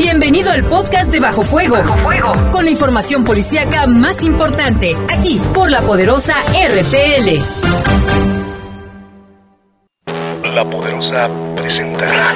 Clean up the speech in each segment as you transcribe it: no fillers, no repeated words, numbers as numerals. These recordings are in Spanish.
Bienvenido al podcast de Bajo Fuego. Bajo Fuego. Con la información policíaca más importante, aquí por la poderosa RPL. La Poderosa presenta.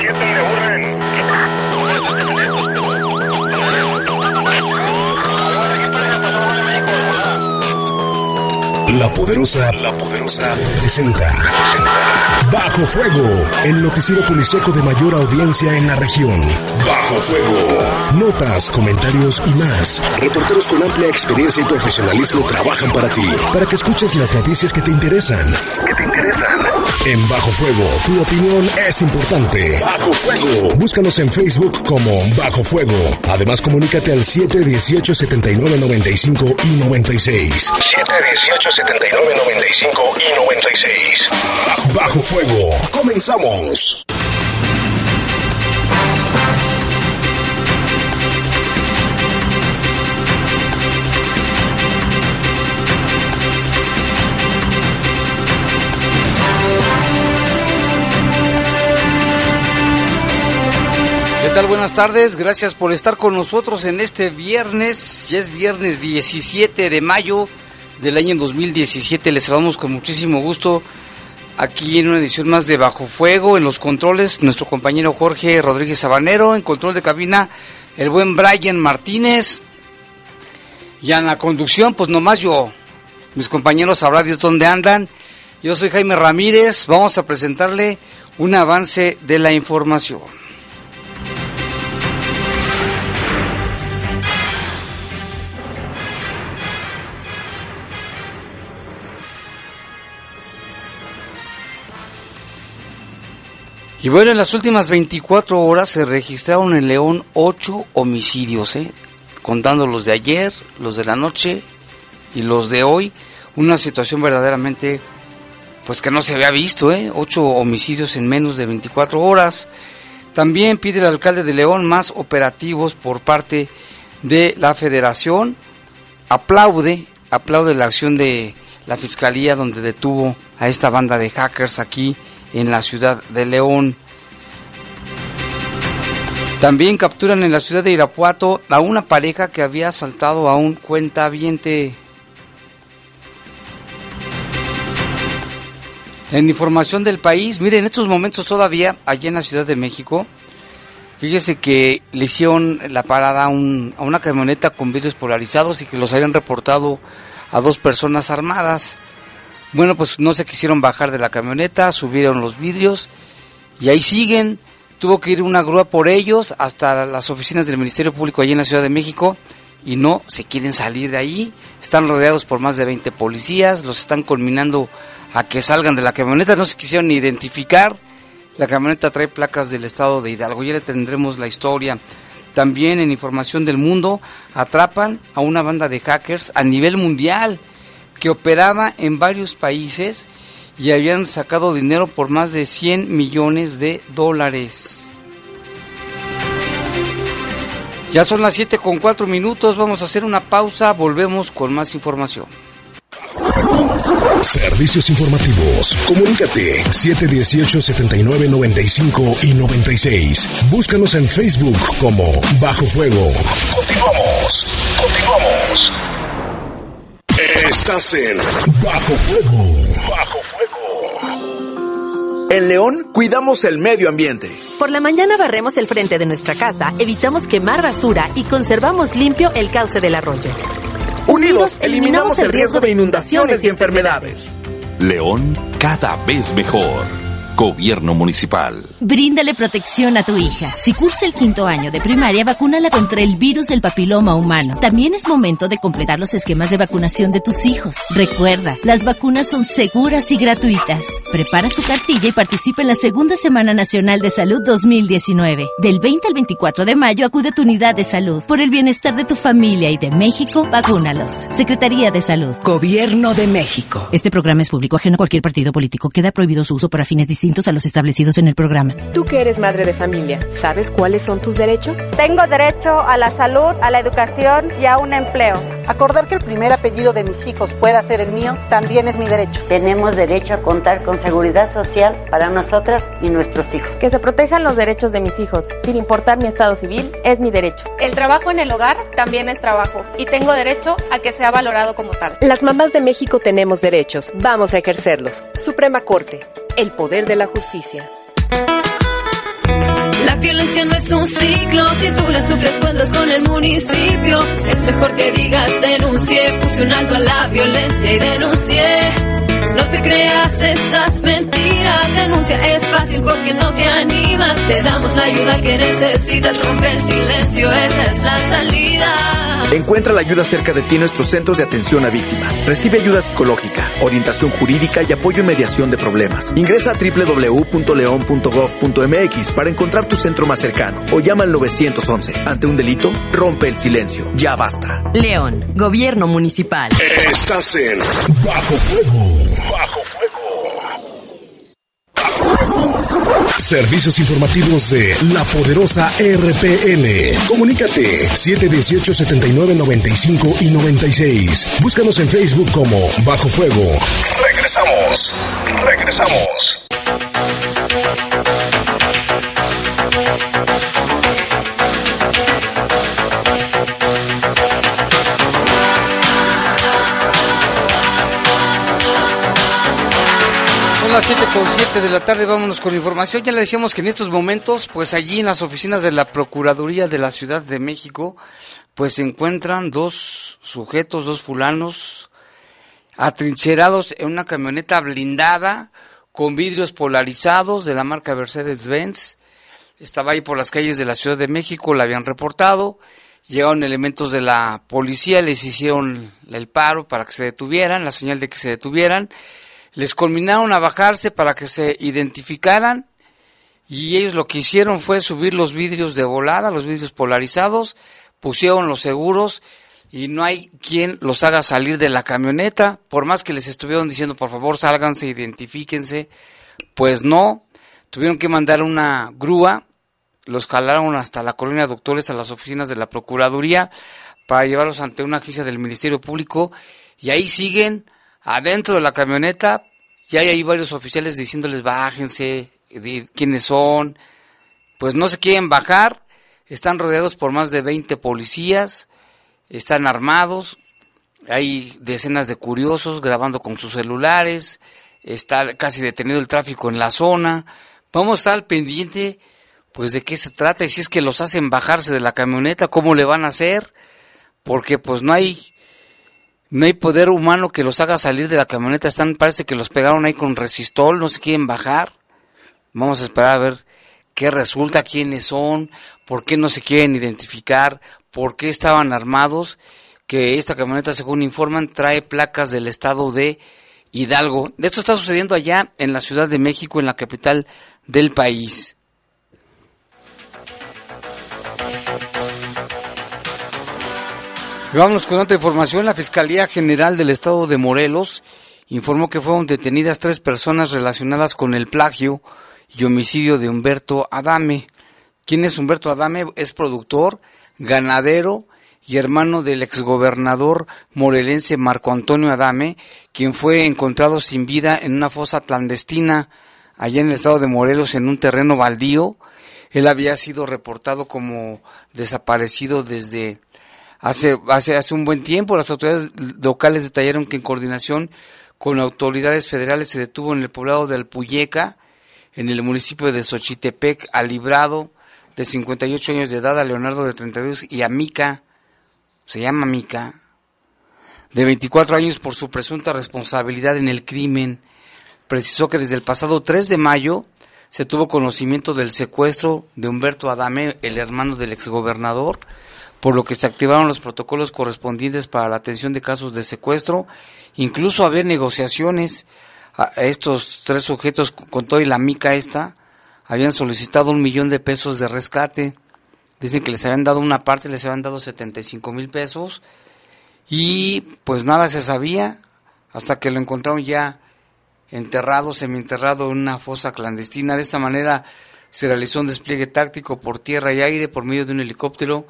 La Poderosa presenta Bajo Fuego, el noticiero policíaco de mayor audiencia en la región. Bajo Fuego. Notas, comentarios y más. Reporteros con amplia experiencia y profesionalismo trabajan para ti, para que escuches las noticias que te interesan. En Bajo Fuego, tu opinión es importante. Bajo Fuego. Búscanos en Facebook como Bajo Fuego. Además, comunícate al 718-7995 y 96. 718-7995 y 96. Bajo Fuego. Comenzamos. ¿Qué tal? Buenas tardes, gracias por estar con nosotros en este viernes. Ya es viernes 17 de mayo del año 2017. Les saludamos con muchísimo gusto aquí en una edición más de Bajo Fuego. En los controles, nuestro compañero Jorge Rodríguez Sabanero. En control de cabina, el buen Brian Martínez. Y en la conducción, pues nomás yo. Mis compañeros sabrá Dios dónde andan. Yo soy Jaime Ramírez. Vamos a presentarle un avance de la información. Y bueno, en las últimas 24 horas se registraron en León 8 homicidios, contando los de ayer, los de la noche y los de hoy. Una situación verdaderamente, pues que no se había visto, 8 homicidios en menos de 24 horas. También pide el alcalde de León más operativos por parte de la Federación. Aplaude la acción de la Fiscalía, donde detuvo a esta banda de hackers aquí en la ciudad de León. También capturan en la ciudad de Irapuato a una pareja que había asaltado a un cuentaviente. En información del país, miren, en estos momentos todavía allá en la Ciudad de México, fíjese que le hicieron la parada a una camioneta con vidrios polarizados y que los habían reportado a 2 personas armadas. Bueno, pues no se quisieron bajar de la camioneta, subieron los vidrios y ahí siguen. Tuvo que ir una grúa por ellos hasta las oficinas del Ministerio Público allí en la Ciudad de México y no se quieren salir de ahí. Están rodeados por más de 20 policías, los están conminando a que salgan de la camioneta. No se quisieron ni identificar. La camioneta trae placas del estado de Hidalgo. Ya le tendremos la historia. También en información del mundo, atrapan a una banda de hackers a nivel mundial que operaba en varios países y habían sacado dinero por más de $100 millones. Ya son las 7:04, vamos a hacer una pausa, volvemos con más información. Servicios informativos. Comunícate 718-7995 y 96. Búscanos en Facebook como Bajo Fuego. Continuamos. Estás en Bajo Fuego. Bajo Fuego. En León, cuidamos el medio ambiente. Por la mañana barremos el frente de nuestra casa, evitamos quemar basura y conservamos limpio el cauce del arroyo. Unidos, eliminamos el riesgo de inundaciones y enfermedades. León, cada vez mejor. Gobierno Municipal. Bríndale protección a tu hija. Si cursa el 5º año de primaria, vacúnala contra el virus del papiloma humano. También es momento de completar los esquemas de vacunación de tus hijos. Recuerda, las vacunas son seguras y gratuitas. Prepara su cartilla y participa en la Segunda Semana Nacional de Salud 2019. Del 20 al 24 de mayo acude a tu unidad de salud. Por el bienestar de tu familia y de México, vacúnalos. Secretaría de Salud. Gobierno de México. Este programa es público, ajeno a cualquier partido político. Queda prohibido su uso para fines distintos a los establecidos en el programa. Tú que eres madre de familia, ¿sabes cuáles son tus derechos? Tengo derecho a la salud, a la educación y a un empleo. Acordar que el primer apellido de mis hijos pueda ser el mío también es mi derecho. Tenemos derecho a contar con seguridad social para nosotras y nuestros hijos. Que se protejan los derechos de mis hijos, sin importar mi estado civil, es mi derecho. El trabajo en el hogar también es trabajo y tengo derecho a que sea valorado como tal. Las mamás de México tenemos derechos, vamos a ejercerlos. Suprema Corte, el poder de la justicia. La violencia no es un ciclo, si tú la sufres cuentas con el municipio. Es mejor que digas denuncie, puse un alto a la violencia y denuncié. No te creas esas mentiras, denuncia es fácil porque no te animas. Te damos la ayuda que necesitas, rompe el silencio, esa es la salida. Encuentra la ayuda cerca de ti en nuestros centros de atención a víctimas. Recibe ayuda psicológica, orientación jurídica y apoyo en mediación de problemas. Ingresa a www.leon.gov.mx para encontrar tu centro más cercano o llama al 911. Ante un delito, rompe el silencio. Ya basta. León, Gobierno Municipal. Estás en Bajo Fuego. Bajo Fuego. Servicios informativos de la poderosa RPN. Comunícate 718-7995 y 96. Búscanos en Facebook como Bajo Fuego. Regresamos. Son las 7:07 de la tarde, vámonos con información. Ya le decíamos que en estos momentos, pues allí en las oficinas de la Procuraduría de la Ciudad de México, pues se encuentran dos sujetos, dos fulanos, atrincherados en una camioneta blindada con vidrios polarizados de la marca Mercedes-Benz. Estaba ahí por las calles de la Ciudad de México, la habían reportado. Llegaron elementos de la policía, les hicieron el paro para que se detuvieran, la señal de que se detuvieran. Les conminaron a bajarse para que se identificaran y ellos lo que hicieron fue subir los vidrios de volada, los vidrios polarizados, pusieron los seguros y no hay quien los haga salir de la camioneta, por más que les estuvieron diciendo por favor sálganse, identifíquense, pues no, tuvieron que mandar una grúa, los jalaron hasta la colonia Doctores a las oficinas de la Procuraduría para llevarlos ante una agencia del Ministerio Público y ahí siguen adentro de la camioneta. Ya hay ahí varios oficiales diciéndoles bájense, quiénes son, pues no se quieren bajar, están rodeados por más de 20 policías, están armados, hay decenas de curiosos grabando con sus celulares, está casi detenido el tráfico en la zona. Vamos a estar al pendiente pues de qué se trata y si es que los hacen bajarse de la camioneta, cómo le van a hacer, porque pues no hay poder humano que los haga salir de la camioneta. Parece que los pegaron ahí con resistol, no se quieren bajar. Vamos a esperar a ver qué resulta, quiénes son, por qué no se quieren identificar, por qué estaban armados, que esta camioneta, según informan, trae placas del estado de Hidalgo. Esto está sucediendo allá en la Ciudad de México, en la capital del país. Vámonos con otra información. La Fiscalía General del Estado de Morelos informó que fueron detenidas 3 personas relacionadas con el plagio y homicidio de Humberto Adame. ¿Quién es Humberto Adame? Es productor, ganadero y hermano del exgobernador morelense Marco Antonio Adame, quien fue encontrado sin vida en una fosa clandestina allá en el estado de Morelos, en un terreno baldío. Él había sido reportado como desaparecido desde hace un buen tiempo. Las autoridades locales detallaron que en coordinación con autoridades federales se detuvo en el poblado de Alpuyeca, en el municipio de Xochitepec, a Librado, de 58 años de edad, a Leonardo, de 32, y a Mica, se llama Mica, de 24 años, por su presunta responsabilidad en el crimen. Precisó que desde el pasado 3 de mayo se tuvo conocimiento del secuestro de Humberto Adame, el hermano del exgobernador, por lo que se activaron los protocolos correspondientes para la atención de casos de secuestro. Incluso había negociaciones. A estos 3 sujetos, con todo y la mica habían solicitado $1 millón de pesos de rescate. Dicen que les habían dado una parte, les habían dado 75,000 pesos. Y pues nada se sabía hasta que lo encontraron ya enterrado, semienterrado en una fosa clandestina. De esta manera se realizó un despliegue táctico por tierra y aire por medio de un helicóptero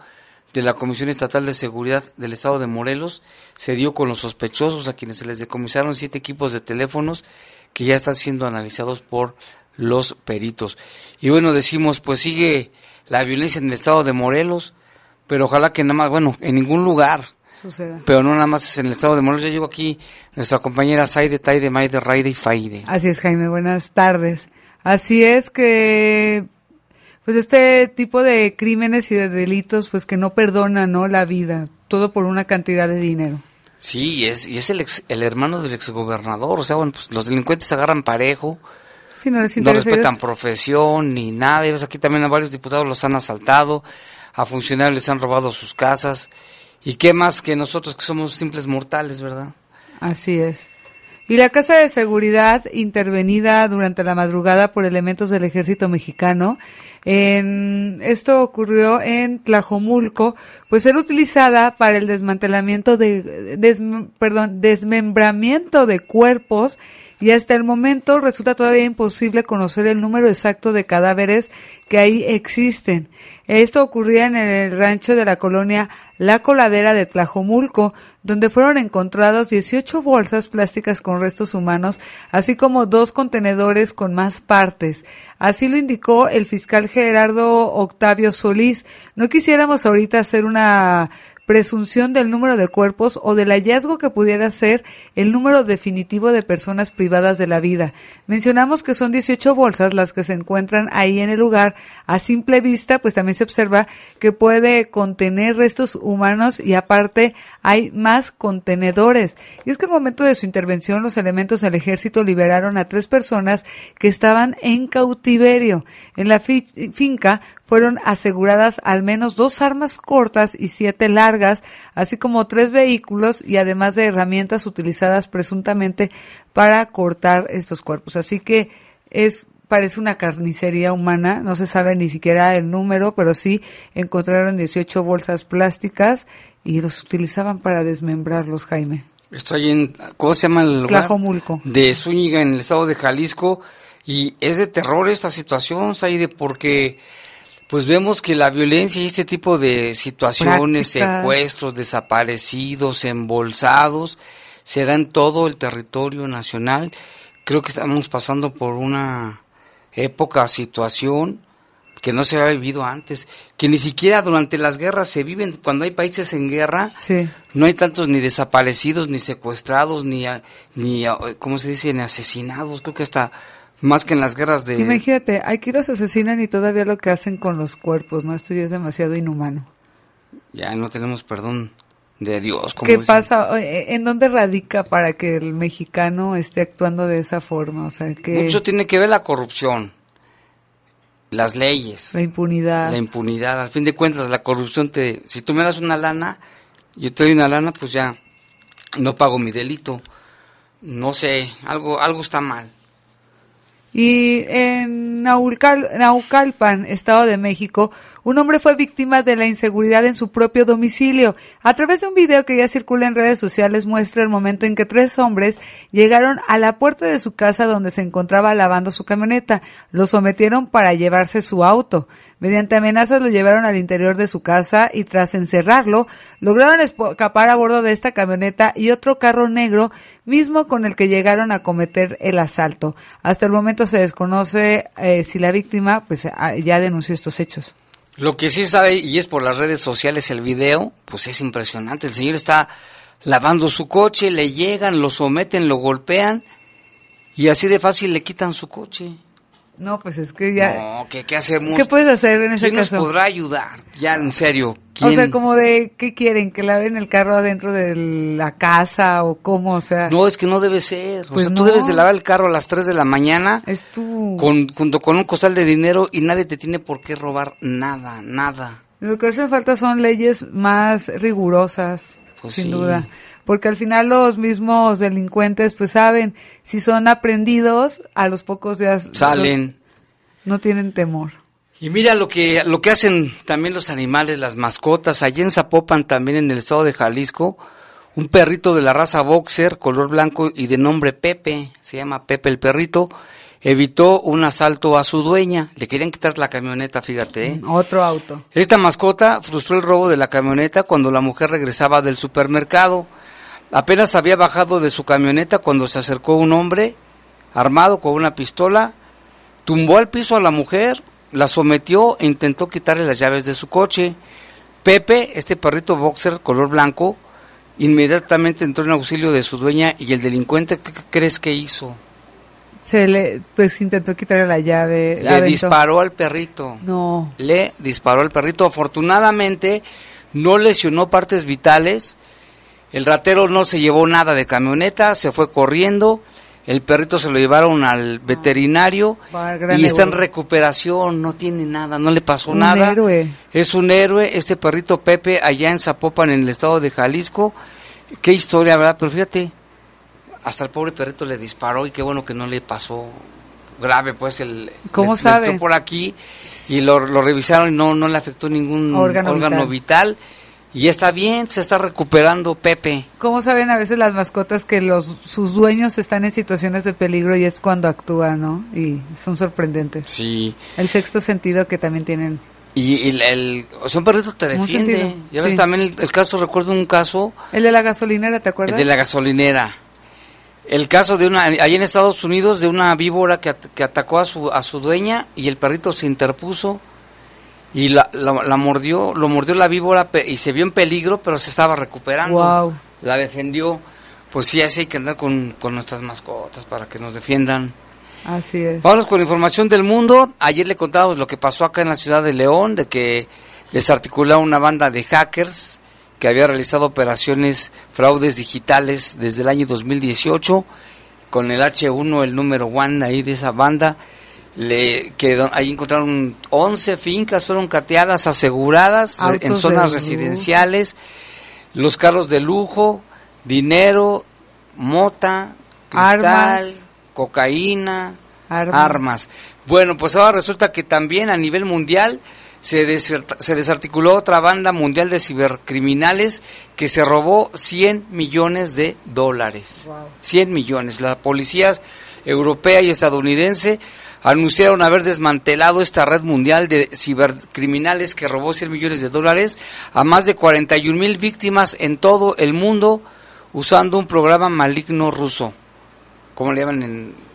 de la Comisión Estatal de Seguridad del Estado de Morelos se dio con los sospechosos, a quienes se les decomisaron 7 equipos de teléfonos que ya están siendo analizados por los peritos. Y bueno, decimos, pues sigue la violencia en el Estado de Morelos, pero ojalá que nada más, bueno, en ningún lugar suceda. Pero no nada más en el Estado de Morelos. Ya llegó aquí nuestra compañera Saide, Taide, Maide, Raide y Faide. Así es, Jaime, buenas tardes. Así es que pues este tipo de crímenes y de delitos pues que no perdonan, ¿no?, la vida, todo por una cantidad de dinero. Sí, y es el hermano del exgobernador, o sea, bueno, pues los delincuentes agarran parejo, sí, no respetan profesión ni nada, y ves aquí también a varios diputados los han asaltado, a funcionarios les han robado sus casas, y qué más que nosotros que somos simples mortales, ¿verdad? Así es. Y la Casa de Seguridad, intervenida durante la madrugada por elementos del Ejército Mexicano, esto ocurrió en Tlajomulco, pues era utilizada para el desmantelamiento desmembramiento de cuerpos, y hasta el momento resulta todavía imposible conocer el número exacto de cadáveres que ahí existen. Esto ocurría en el rancho de la colonia La Coladera de Tlajomulco, donde fueron encontrados 18 bolsas plásticas con restos humanos, así como 2 contenedores con más partes. Así lo indicó el fiscal Gerardo Octavio Solís. No quisiéramos ahorita hacer una presunción del número de cuerpos o del hallazgo que pudiera ser el número definitivo de personas privadas de la vida. Mencionamos que son 18 bolsas las que se encuentran ahí en el lugar. A simple vista, pues también se observa que puede contener restos humanos y aparte hay más contenedores. Y es que al momento de su intervención, los elementos del ejército liberaron a 3 personas que estaban en cautiverio. En la finca fueron aseguradas al menos 2 armas cortas y 7 largas, así como 3 vehículos y además de herramientas utilizadas presuntamente para cortar estos cuerpos. Así que parece una carnicería humana, no se sabe ni siquiera el número, pero sí encontraron 18 bolsas plásticas y los utilizaban para desmembrarlos, Jaime. Estoy en, ¿cómo se llama el lugar? Tlajomulco. De Zúñiga, en el estado de Jalisco, y es de terror esta situación, Saide, porque pues vemos que la violencia y este tipo de situaciones, secuestros, desaparecidos, embolsados, se da en todo el territorio nacional. Creo que estamos pasando por una situación que no se había vivido antes, que ni siquiera durante las guerras se viven. Cuando hay países en guerra, sí, no hay tantos ni desaparecidos, ni secuestrados, ni ¿cómo se dice?, ni asesinados. Creo que hasta más que en las guerras de... Imagínate, aquí los asesinan y todavía lo que hacen con los cuerpos, ¿no? Esto ya es demasiado inhumano. Ya no tenemos perdón de Dios. Como ¿Qué dicen. pasa? ¿En dónde radica para que el mexicano esté actuando de esa forma? O sea, que mucho tiene que ver la corrupción, las leyes, la impunidad. La impunidad. Al fin de cuentas, la corrupción si tú me das una lana, yo te doy una lana, pues ya no pago mi delito. No sé, algo está mal. Y en Naucalpan, Estado de México, un hombre fue víctima de la inseguridad en su propio domicilio. A través de un video que ya circula en redes sociales muestra el momento en que 3 hombres llegaron a la puerta de su casa donde se encontraba lavando su camioneta. Lo sometieron para llevarse su auto. Mediante amenazas lo llevaron al interior de su casa y tras encerrarlo, lograron escapar a bordo de esta camioneta y otro carro negro, mismo con el que llegaron a cometer el asalto. Hasta el momento se desconoce si la víctima pues ya denunció estos hechos. Lo que sí sabe, y es por las redes sociales el video, pues es impresionante. El señor está lavando su coche, le llegan, lo someten, lo golpean y así de fácil le quitan su coche. No, pues es que ya... No, ¿qué hacemos? ¿Qué puedes hacer en ese caso? ¿Quién nos podrá ayudar? Ya, en serio. ¿Quién? O sea, como de, ¿qué quieren? ¿Que laven el carro adentro de la casa o cómo? O sea... No, es que no debe ser. Pues o sea, no. Tú debes de lavar el carro a las 3 de la mañana. Es tú. Junto con un costal de dinero y nadie te tiene por qué robar nada. Lo que hace falta son leyes más rigurosas, pues sin sí. duda. Porque al final los mismos delincuentes pues saben, si son aprendidos, a los pocos días salen. No tienen temor. Y mira lo que hacen también los animales, las mascotas. Allí en Zapopan, también en el estado de Jalisco, un perrito de la raza boxer, color blanco y de nombre Pepe, se llama Pepe el perrito, evitó un asalto a su dueña. Le querían quitar la camioneta, fíjate, ¿eh? Otro auto. Esta mascota frustró el robo de la camioneta cuando la mujer regresaba del supermercado. Apenas había bajado de su camioneta cuando se acercó un hombre armado con una pistola, tumbó al piso a la mujer, la sometió e intentó quitarle las llaves de su coche. Pepe, este perrito boxer color blanco, inmediatamente entró en auxilio de su dueña y el delincuente, ¿qué crees que hizo? Pues intentó quitarle la llave. Le disparó al perrito. No. Le disparó al perrito. Afortunadamente no lesionó partes vitales. El ratero no se llevó nada de camioneta, se fue corriendo. El perrito se lo llevaron al veterinario y está en recuperación, no tiene nada, no le pasó nada. Héroe. Es un héroe, este perrito Pepe, allá en Zapopan, en el estado de Jalisco. Qué historia, ¿verdad? Pero fíjate, hasta el pobre perrito le disparó y qué bueno que no le pasó grave, pues. ¿Cómo le sabes? entró por aquí y lo revisaron y no le afectó ningún órgano vital. Y está bien, se está recuperando Pepe. ¿Cómo saben a veces las mascotas que sus dueños están en situaciones de peligro y es cuando actúan, ¿no? Y son sorprendentes. Sí. El sexto sentido que también tienen. Y un perrito te defiende. Ya ves también el caso, recuerdo un caso. El de la gasolinera, ¿te acuerdas? El de la gasolinera. El caso de allá en Estados Unidos, de una víbora que atacó a su dueña y el perrito se interpuso. Y lo mordió la víbora y se vio en peligro, pero se estaba recuperando. Wow. La defendió. Pues sí, así hay que andar con nuestras mascotas para que nos defiendan. Así es. Vamos con información del mundo. Ayer le contábamos lo que pasó acá en la ciudad de León, de que desarticularon una banda de hackers que había realizado operaciones fraudes digitales desde el año 2018, con el H1, el número 1 ahí de esa banda. Ahí encontraron 11 fincas, fueron cateadas, aseguradas en zonas residenciales, los carros de lujo, dinero, mota, cristal, cocaína, armas. Bueno, pues ahora resulta que también a nivel mundial se desarticuló otra banda mundial de cibercriminales que se robó $100 millones. Wow. 100 millones. Las policías europea y estadounidense anunciaron haber desmantelado esta red mundial de cibercriminales que robó $100 millones a más de 41,000 víctimas en todo el mundo usando un programa maligno ruso. ¿Cómo le llaman?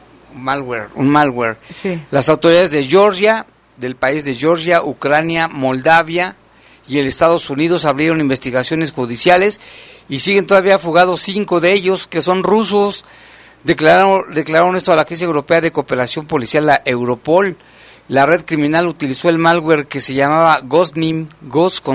Un malware. Sí. Las autoridades de Georgia, del país de Georgia, Ucrania, Moldavia y el Estados Unidos abrieron investigaciones judiciales y siguen todavía fugados 5 de ellos que son rusos. Declararon esto a la Agencia Europea de Cooperación Policial, la Europol. La red criminal utilizó el malware que se llamaba Gosnim, con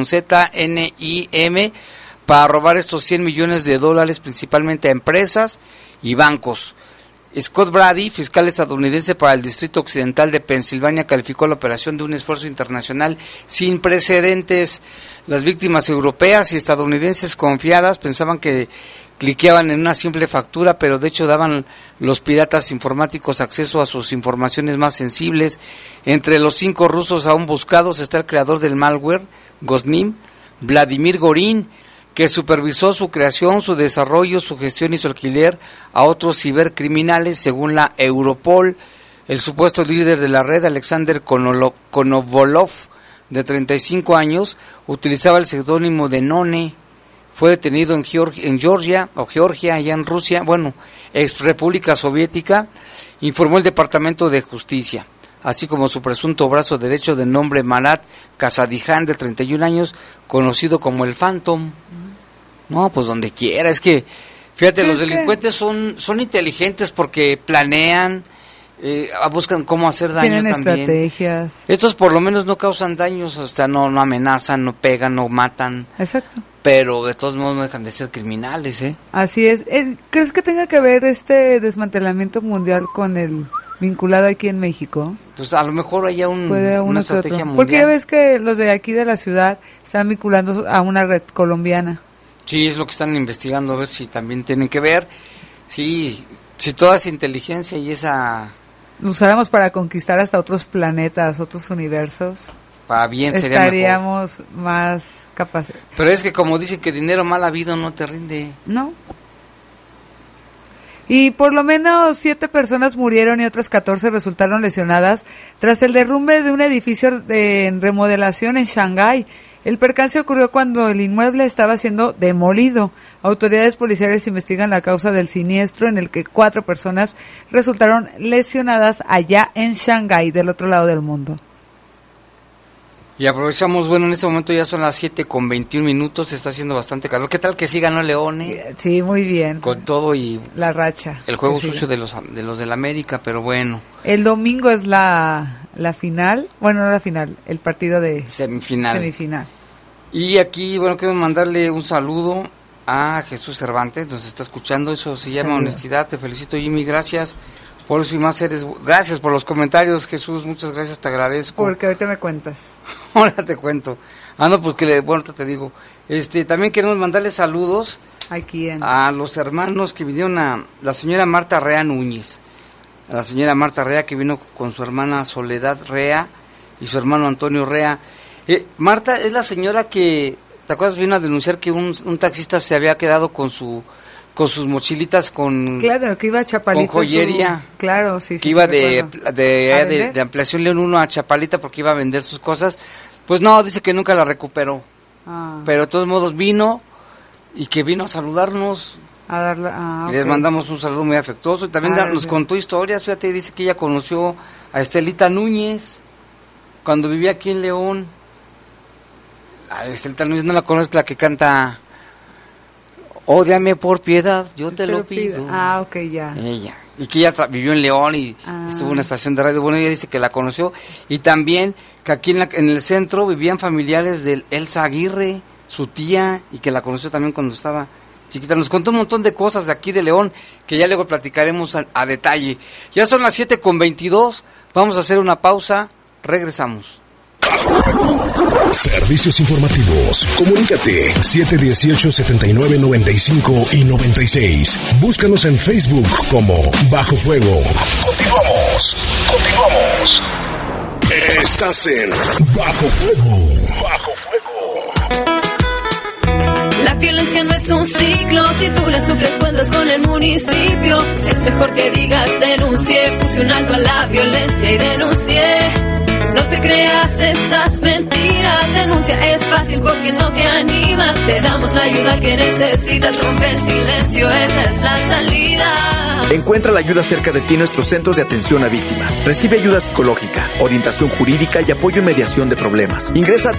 Z-N-I-M, para robar estos $100 millones, principalmente a empresas y bancos. Scott Brady, fiscal estadounidense para el Distrito Occidental de Pensilvania, calificó la operación de un esfuerzo internacional sin precedentes. Las víctimas europeas y estadounidenses confiadas pensaban que cliqueaban en una simple factura, pero de hecho daban los piratas informáticos acceso a sus informaciones más sensibles. Entre los 5 rusos aún buscados está el creador del malware, Gosnim, Vladimir Gorin, que supervisó su creación, su desarrollo, su gestión y su alquiler a otros cibercriminales, según la Europol. El supuesto líder de la red, Alexander Konovolov, de 35 años, utilizaba el seudónimo de None. Fue detenido en Georgia, allá en Rusia, ex República Soviética, informó el Departamento de Justicia, así como su presunto brazo derecho de nombre Marat Kasadijan, de 31 años, conocido como el Phantom. No, pues donde quiera, es que, fíjate, los delincuentes son inteligentes porque planean, buscan cómo hacer daño también. Tienen estrategias. Estos por lo menos no causan daños, o sea, no amenazan, no pegan, no matan. Exacto. Pero de todos modos no dejan de ser criminales, ¿eh? Así es. ¿Crees que tenga que ver este desmantelamiento mundial con el vinculado aquí en México? Pues a lo mejor haya una estrategia mundial. Porque ya ves que los de aquí de la ciudad están vinculando a una red colombiana. Sí, es lo que están investigando, a ver si también tienen que ver. Sí, si toda esa inteligencia y esa... Lo usáramos para conquistar hasta otros planetas, otros universos. Para bien sería estaríamos mejor. Más capaces. Pero es que como dicen que dinero mal habido no te rinde. No. Y por lo menos 7 personas murieron y otras 14 resultaron lesionadas tras el derrumbe de un edificio en remodelación en Shanghái. El percance ocurrió cuando el inmueble estaba siendo demolido. Autoridades policiales investigan la causa del siniestro en el que 4 personas resultaron lesionadas allá en Shanghái, del otro lado del mundo. Y aprovechamos, bueno, en este momento ya son las 7:21, está haciendo bastante calor. ¿Qué tal que sí ganó León? Sí, muy bien. Con todo y la racha. El juego sucio de los del América, pero bueno. El domingo es la final, bueno, no la final, el partido de semifinal. Y aquí, bueno, quiero mandarle un saludo a Jesús Cervantes, nos está escuchando, eso se llama honestidad. Te felicito, Jimmy, gracias. Por eso y más gracias por los comentarios, Jesús, muchas gracias, te agradezco. Porque ahorita me cuentas. Ahora te cuento. No, pues bueno, te digo. También queremos mandarle saludos a los hermanos que vinieron a la señora Marta Rea Núñez. A la señora Marta Rea que vino con su hermana Soledad Rea y su hermano Antonio Rea. Marta es la señora que, ¿te acuerdas? Vino a denunciar que un taxista se había quedado con sus mochilitas claro, que iba a Chapalita con joyería, claro, sí, que iba de Ampliación León 1 a Chapalita porque iba a vender sus cosas. Pues no, dice que nunca la recuperó, pero de todos modos vino y que vino a saludarnos, a darla, les mandamos un saludo muy afectuoso y también nos contó historias. Fíjate, dice que ella conoció a Estelita Núñez cuando vivía aquí en León. Estelita Núñez no la conoces, la que canta Ódiame por piedad, yo te lo pido. Ok, ya. Ella. Y que ella vivió en León y estuvo en una estación de radio. Bueno, ella dice que la conoció. Y también que aquí en el centro vivían familiares de Elsa Aguirre, su tía, y que la conoció también cuando estaba chiquita. Nos contó un montón de cosas de aquí de León, que ya luego platicaremos a detalle. Ya son las 7:22, vamos a hacer una pausa, regresamos. Servicios informativos. Comunícate 718-7995 y 96. Búscanos en Facebook como Bajo Fuego. Continuamos. Estás en Bajo Fuego. La violencia no es un ciclo, si tú la sufres cuentas con el municipio. Es mejor que digas denuncié, puse un alto a la violencia y denuncié. No te creas esas mentiras, denuncia es fácil porque no te animas. Te damos la ayuda que necesitas, rompe el silencio, esa es la salida. Encuentra la ayuda cerca de ti en nuestros centros de atención a víctimas. Recibe ayuda psicológica, orientación jurídica y apoyo en mediación de problemas. Ingresa a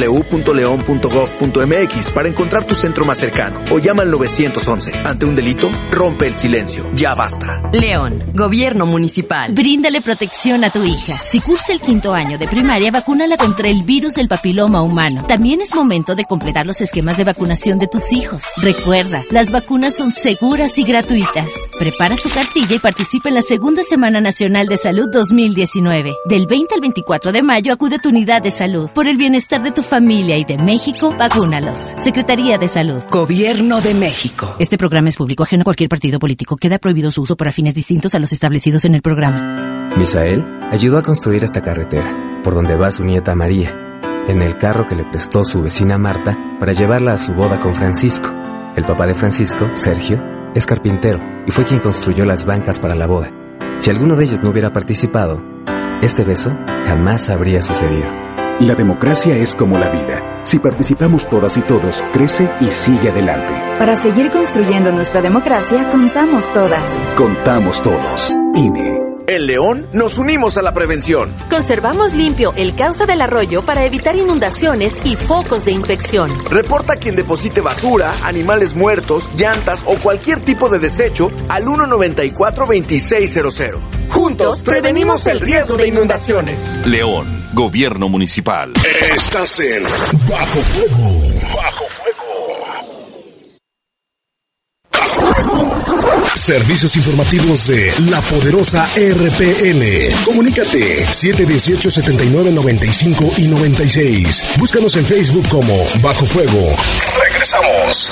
www.leon.gov.mx para encontrar tu centro más cercano o llama al 911. Ante un delito, rompe el silencio. Ya basta. León, Gobierno Municipal. Bríndale protección a tu hija. Si cursa el 5º año de primaria, vacúnala contra el virus del papiloma humano. También es momento de completar los esquemas de vacunación de tus hijos. Recuerda, las vacunas son seguras y gratuitas. Prepara su cartilla y participa en la Segunda Semana Nacional de Salud 2019. Del 20 al 24 de mayo acude a tu unidad de salud. Por el bienestar de tu familia y de México, vacúnalos. Secretaría de Salud. Gobierno de México. Este programa es público, ajeno a cualquier partido político. Queda prohibido su uso para fines distintos a los establecidos en el programa. Misael ayudó a construir esta carretera, por donde va su nieta María, en el carro que le prestó su vecina Marta para llevarla a su boda con Francisco. El papá de Francisco, Sergio, es carpintero y fue quien construyó las bancas para la boda. Si alguno de ellos no hubiera participado, este beso jamás habría sucedido. La democracia es como la vida. Si participamos todas y todos, crece y sigue adelante. Para seguir construyendo nuestra democracia, contamos todas. Contamos todos. INE. En León, nos unimos a la prevención. Conservamos limpio el cauce del arroyo para evitar inundaciones y focos de infección. Reporta quien deposite basura, animales muertos, llantas o cualquier tipo de desecho al 194-2600. Juntos prevenimos el riesgo de inundaciones. León, Gobierno Municipal. Estás en Bajo Fuego. Servicios informativos de La Poderosa RPL. Comunícate 718-7995 y 96. Búscanos en Facebook como Bajo Fuego. Regresamos.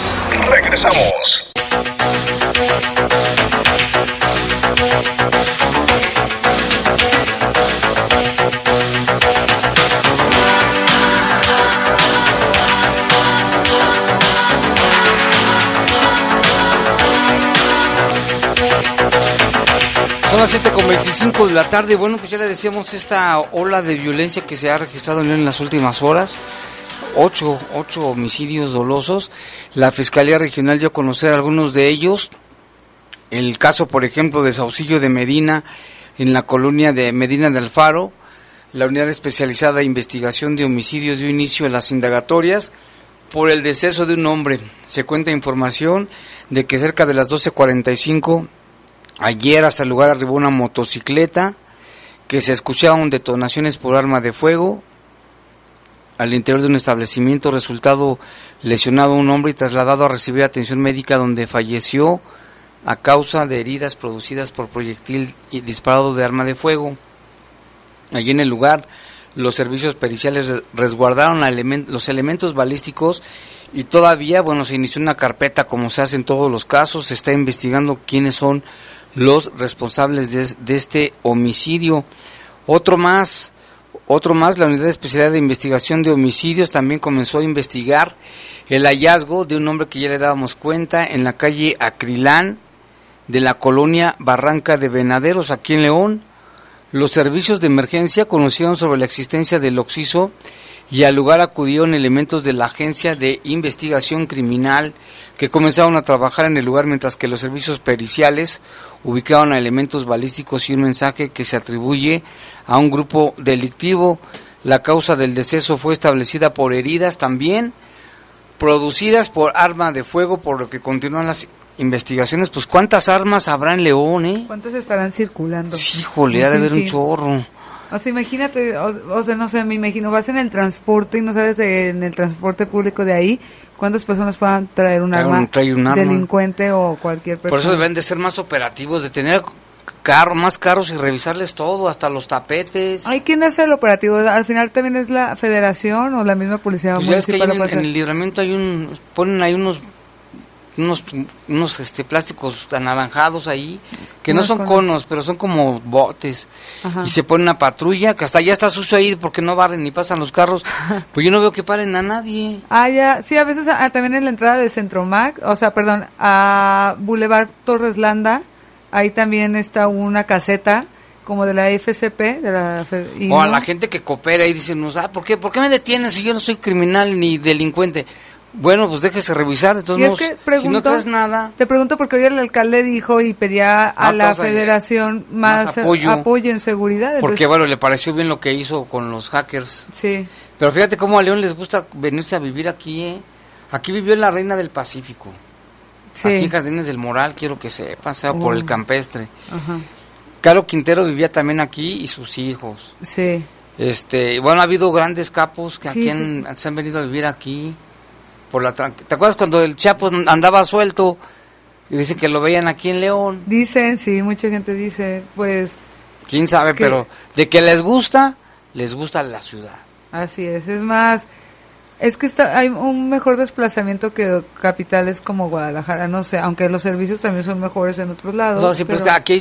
Son las 7:25 de la tarde. Bueno, pues ya le decíamos esta ola de violencia que se ha registrado en León en las últimas horas. 8 homicidios dolosos. La Fiscalía Regional dio a conocer algunos de ellos. El caso, por ejemplo, de Saucillo de Medina, en la colonia de Medina del Faro. La Unidad Especializada de Investigación de Homicidios dio inicio a las indagatorias por el deceso de un hombre. Se cuenta información de que cerca de las 12:45 ayer hasta el lugar arribó una motocicleta, que se escuchaban detonaciones por arma de fuego. Al interior de un establecimiento resultado lesionado un hombre y trasladado a recibir atención médica, donde falleció a causa de heridas producidas por proyectil disparado de arma de fuego. Allí en el lugar los servicios periciales resguardaron los elementos balísticos y todavía, se inició una carpeta como se hace en todos los casos. Se está investigando quiénes son los responsables de este homicidio. Otro más, la Unidad Especial de Investigación de Homicidios también comenzó a investigar el hallazgo de un hombre que ya le dábamos cuenta en la calle Acrilán de la colonia Barranca de Venaderos, aquí en León. Los servicios de emergencia conocieron sobre la existencia del occiso y al lugar acudieron elementos de la Agencia de Investigación Criminal, que comenzaron a trabajar en el lugar, mientras que los servicios periciales ubicaron a elementos balísticos y un mensaje que se atribuye a un grupo delictivo. La causa del deceso fue establecida por heridas también producidas por arma de fuego, por lo que continúan las investigaciones. Pues ¿cuántas armas habrá en León, ¿Cuántas estarán circulando? Sí, híjole, ha de haber un chorro. O sea, imagínate, no sé, me imagino, vas en el transporte y no sabes en el transporte público de ahí cuántas personas puedan traer un arma, delincuente o cualquier persona. Por eso deben de ser más operativos, de tener más carros y revisarles todo, hasta los tapetes. Ay, ¿quién hace el operativo? Al final también es la Federación o la misma Policía Municipal. Pues ya es que en el Libramiento ponen ahí unos plásticos anaranjados ahí, que no son conos, pero son como botes. Ajá. Y se pone una patrulla, que hasta ya está sucio ahí porque no barren ni pasan los carros. Pues yo no veo que paren a nadie. Ya, sí, a veces también en la entrada de Centromac, a Boulevard Torres Landa, ahí también está una caseta como de la FCP, o a la gente que coopera y dicen, ¿por qué me detienen si yo no soy criminal ni delincuente? Bueno, pues déjese revisar, de todos modos, si no traes nada. Te pregunto porque hoy el alcalde dijo y pedía a la Federación más apoyo en seguridad. Porque le pareció bien lo que hizo con los hackers. Sí. Pero fíjate cómo a León les gusta venirse a vivir aquí, Aquí vivió la reina del Pacífico. Sí. Aquí en Jardines del Moral, quiero que sepan, por el Campestre. Ajá. Caro Quintero vivía también aquí y sus hijos. Sí. Ha habido grandes capos que se han venido a vivir aquí. ¿Te acuerdas cuando el Chapo andaba suelto? Y dicen que lo veían aquí en León. Dicen, sí, mucha gente dice, pues... ¿Quién sabe? Pero de que les gusta la ciudad. Así es más... Es que hay un mejor desplazamiento que capitales como Guadalajara, no sé, aunque los servicios también son mejores en otros lados. No, sí, pero aquí hay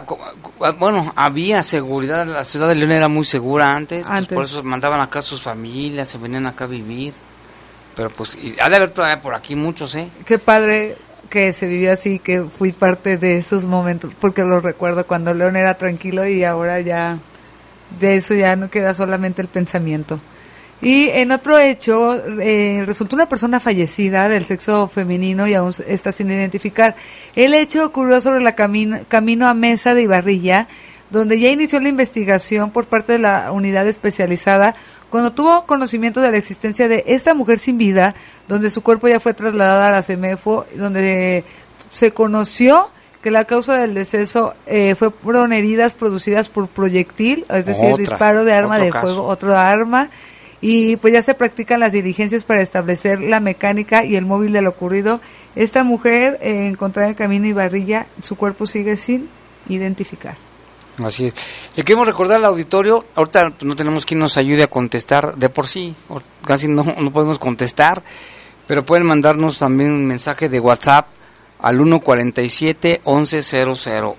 había seguridad, la ciudad de León era muy segura antes. Pues por eso mandaban acá a sus familias, se venían acá a vivir. Pero pues, ha de haber todavía por aquí muchos, Qué padre que se vivía así, que fui parte de esos momentos, porque lo recuerdo cuando León era tranquilo y ahora ya, de eso ya no queda solamente el pensamiento. Y en otro hecho, resultó una persona fallecida del sexo femenino y aún está sin identificar. El hecho ocurrió sobre la camino a Mesa de Ibarrilla, donde ya inició la investigación por parte de la unidad especializada, cuando tuvo conocimiento de la existencia de esta mujer sin vida, donde su cuerpo ya fue trasladado a la CEMEFO, donde se conoció que la causa del deceso fueron heridas producidas por proyectil, es decir, disparo de arma de fuego, otra arma, y pues ya se practican las diligencias para establecer la mecánica y el móvil de lo ocurrido. Esta mujer encontrada en camino Ibarrilla, su cuerpo sigue sin identificar. Así es. Le queremos recordar al auditorio, ahorita no tenemos quien nos ayude a contestar, de por sí, casi no podemos contestar, pero pueden mandarnos también un mensaje de WhatsApp al 147-1100,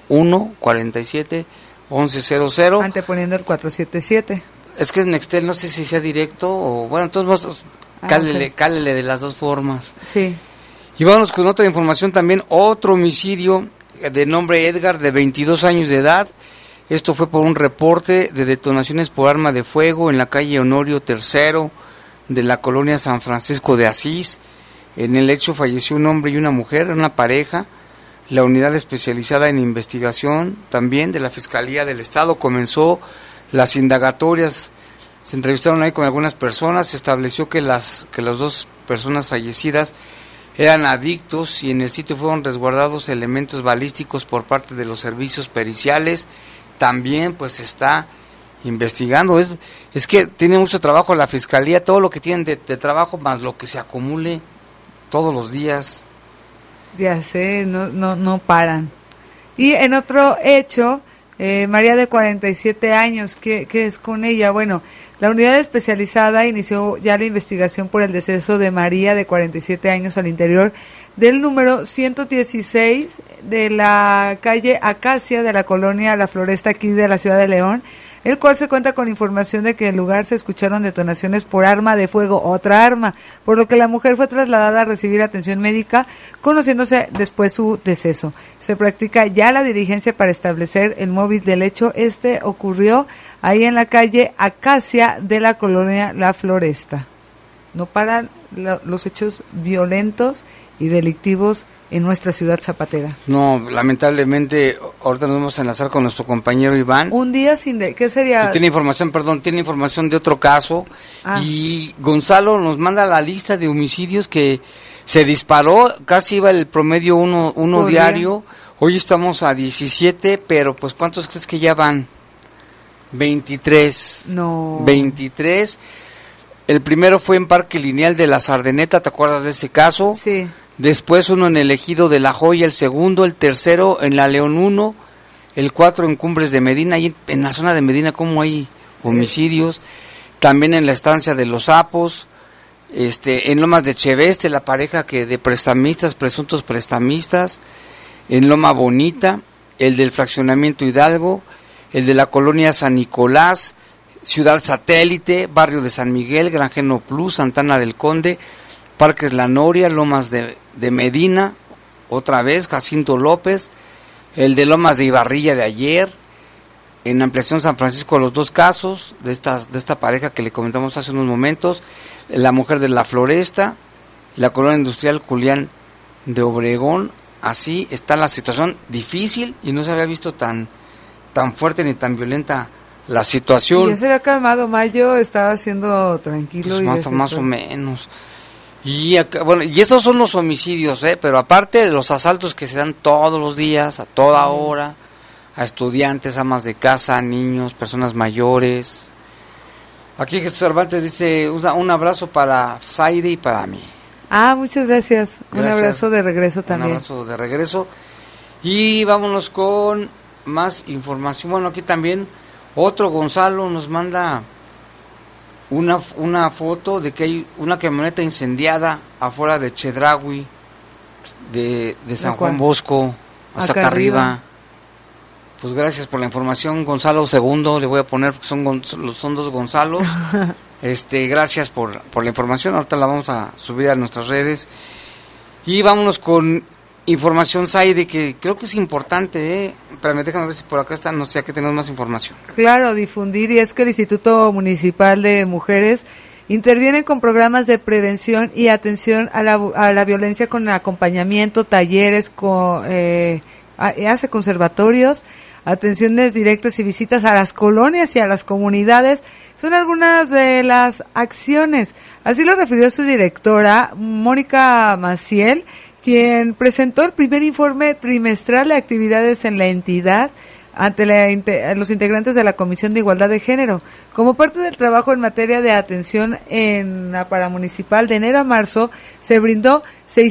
147-1100. Anteponiendo el 477. Es que es Nextel, no sé si sea directo o, entonces cálele de las dos formas. Sí. Y vámonos con otra información también, otro homicidio de nombre Edgar, de 22 años de edad. Esto fue por un reporte de detonaciones por arma de fuego en la calle Honorio III de la colonia San Francisco de Asís. En el hecho falleció un hombre y una mujer, una pareja. La unidad especializada en investigación también de la Fiscalía del Estado comenzó las indagatorias. Se entrevistaron ahí con algunas personas, se estableció que las dos personas fallecidas eran adictos y en el sitio fueron resguardados elementos balísticos por parte de los servicios periciales. También pues se está investigando, es que tiene mucho trabajo la Fiscalía, todo lo que tienen de trabajo más lo que se acumule todos los días. Ya sé, no paran. Y en otro hecho, María de 47 años, ¿qué es con ella? Bueno, la unidad especializada inició ya la investigación por el deceso de María de 47 años al interior del número 116 de la calle Acacia de la colonia La Floresta aquí de la ciudad de León, el cual se cuenta con información de que en el lugar se escucharon detonaciones por arma de fuego, otra arma, por lo que la mujer fue trasladada a recibir atención médica, conociéndose después su deceso. Se practica ya la diligencia para establecer el móvil del hecho. Este ocurrió ahí en la calle Acacia de la colonia La Floresta. No paran los hechos violentos y delictivos en nuestra ciudad zapatera. No, lamentablemente, ahorita nos vamos a enlazar con nuestro compañero Iván. Un día ¿qué sería? Tiene información de otro caso. Y Gonzalo nos manda la lista de homicidios que se disparó, casi iba el promedio uno diario. Hoy estamos a 17, pero pues ¿cuántos crees que ya van? 23. No. 23. El primero fue en Parque Lineal de la Sardeneta, ¿te acuerdas de ese caso? Sí. Después uno en el Ejido de La Joya, el segundo, el tercero en la León 1, el 4 en Cumbres de Medina, y en la zona de Medina como hay homicidios, también en la estancia de Los Sapos, en Lomas de Cheveste, la pareja que de prestamistas, presuntos prestamistas, en Loma Bonita, el del fraccionamiento Hidalgo, el de la colonia San Nicolás, Ciudad Satélite, Barrio de San Miguel, Granjeno Plus, Santana del Conde, Parques La Noria, Lomas de Medina, otra vez, Jacinto López, el de Lomas de Ibarrilla de ayer, en Ampliación San Francisco los dos casos de esta pareja que le comentamos hace unos momentos, la mujer de La Floresta, la colonia industrial Julián de Obregón. Así está la situación difícil y no se había visto tan fuerte ni tan violenta la situación. Y ya se había calmado, mayo estaba siendo tranquilo. Pues más o menos. Y acá, bueno, y estos son los homicidios, pero aparte de los asaltos que se dan todos los días, a toda hora, a estudiantes, amas de casa, niños, personas mayores. Aquí Jesús Cervantes dice un abrazo para Zaide y para mí. Muchas gracias. Un abrazo de regreso también. Un abrazo de regreso. Y vámonos con más información. Bueno, aquí también otro Gonzalo nos manda una foto de que hay una camioneta incendiada afuera de Chedraui, de San Juan Bosco, hasta acá arriba. Pues gracias por la información, Gonzalo II, le voy a poner porque son dos Gonzalos. Gracias por la información, ahorita la vamos a subir a nuestras redes. Y vámonos con información, Zaide, que creo que es importante, Pero déjame ver si por acá está, no sé, aquí tenemos más información. Claro, difundir, y es que el Instituto Municipal de Mujeres interviene con programas de prevención y atención a la violencia con acompañamiento, talleres, hace conservatorios, atenciones directas y visitas a las colonias y a las comunidades. Son algunas de las acciones. Así lo refirió su directora, Mónica Maciel, quien presentó el primer informe trimestral de actividades en la entidad ante los integrantes de la Comisión de Igualdad de Género. Como parte del trabajo en materia de atención en la paramunicipal, de enero a marzo se brindó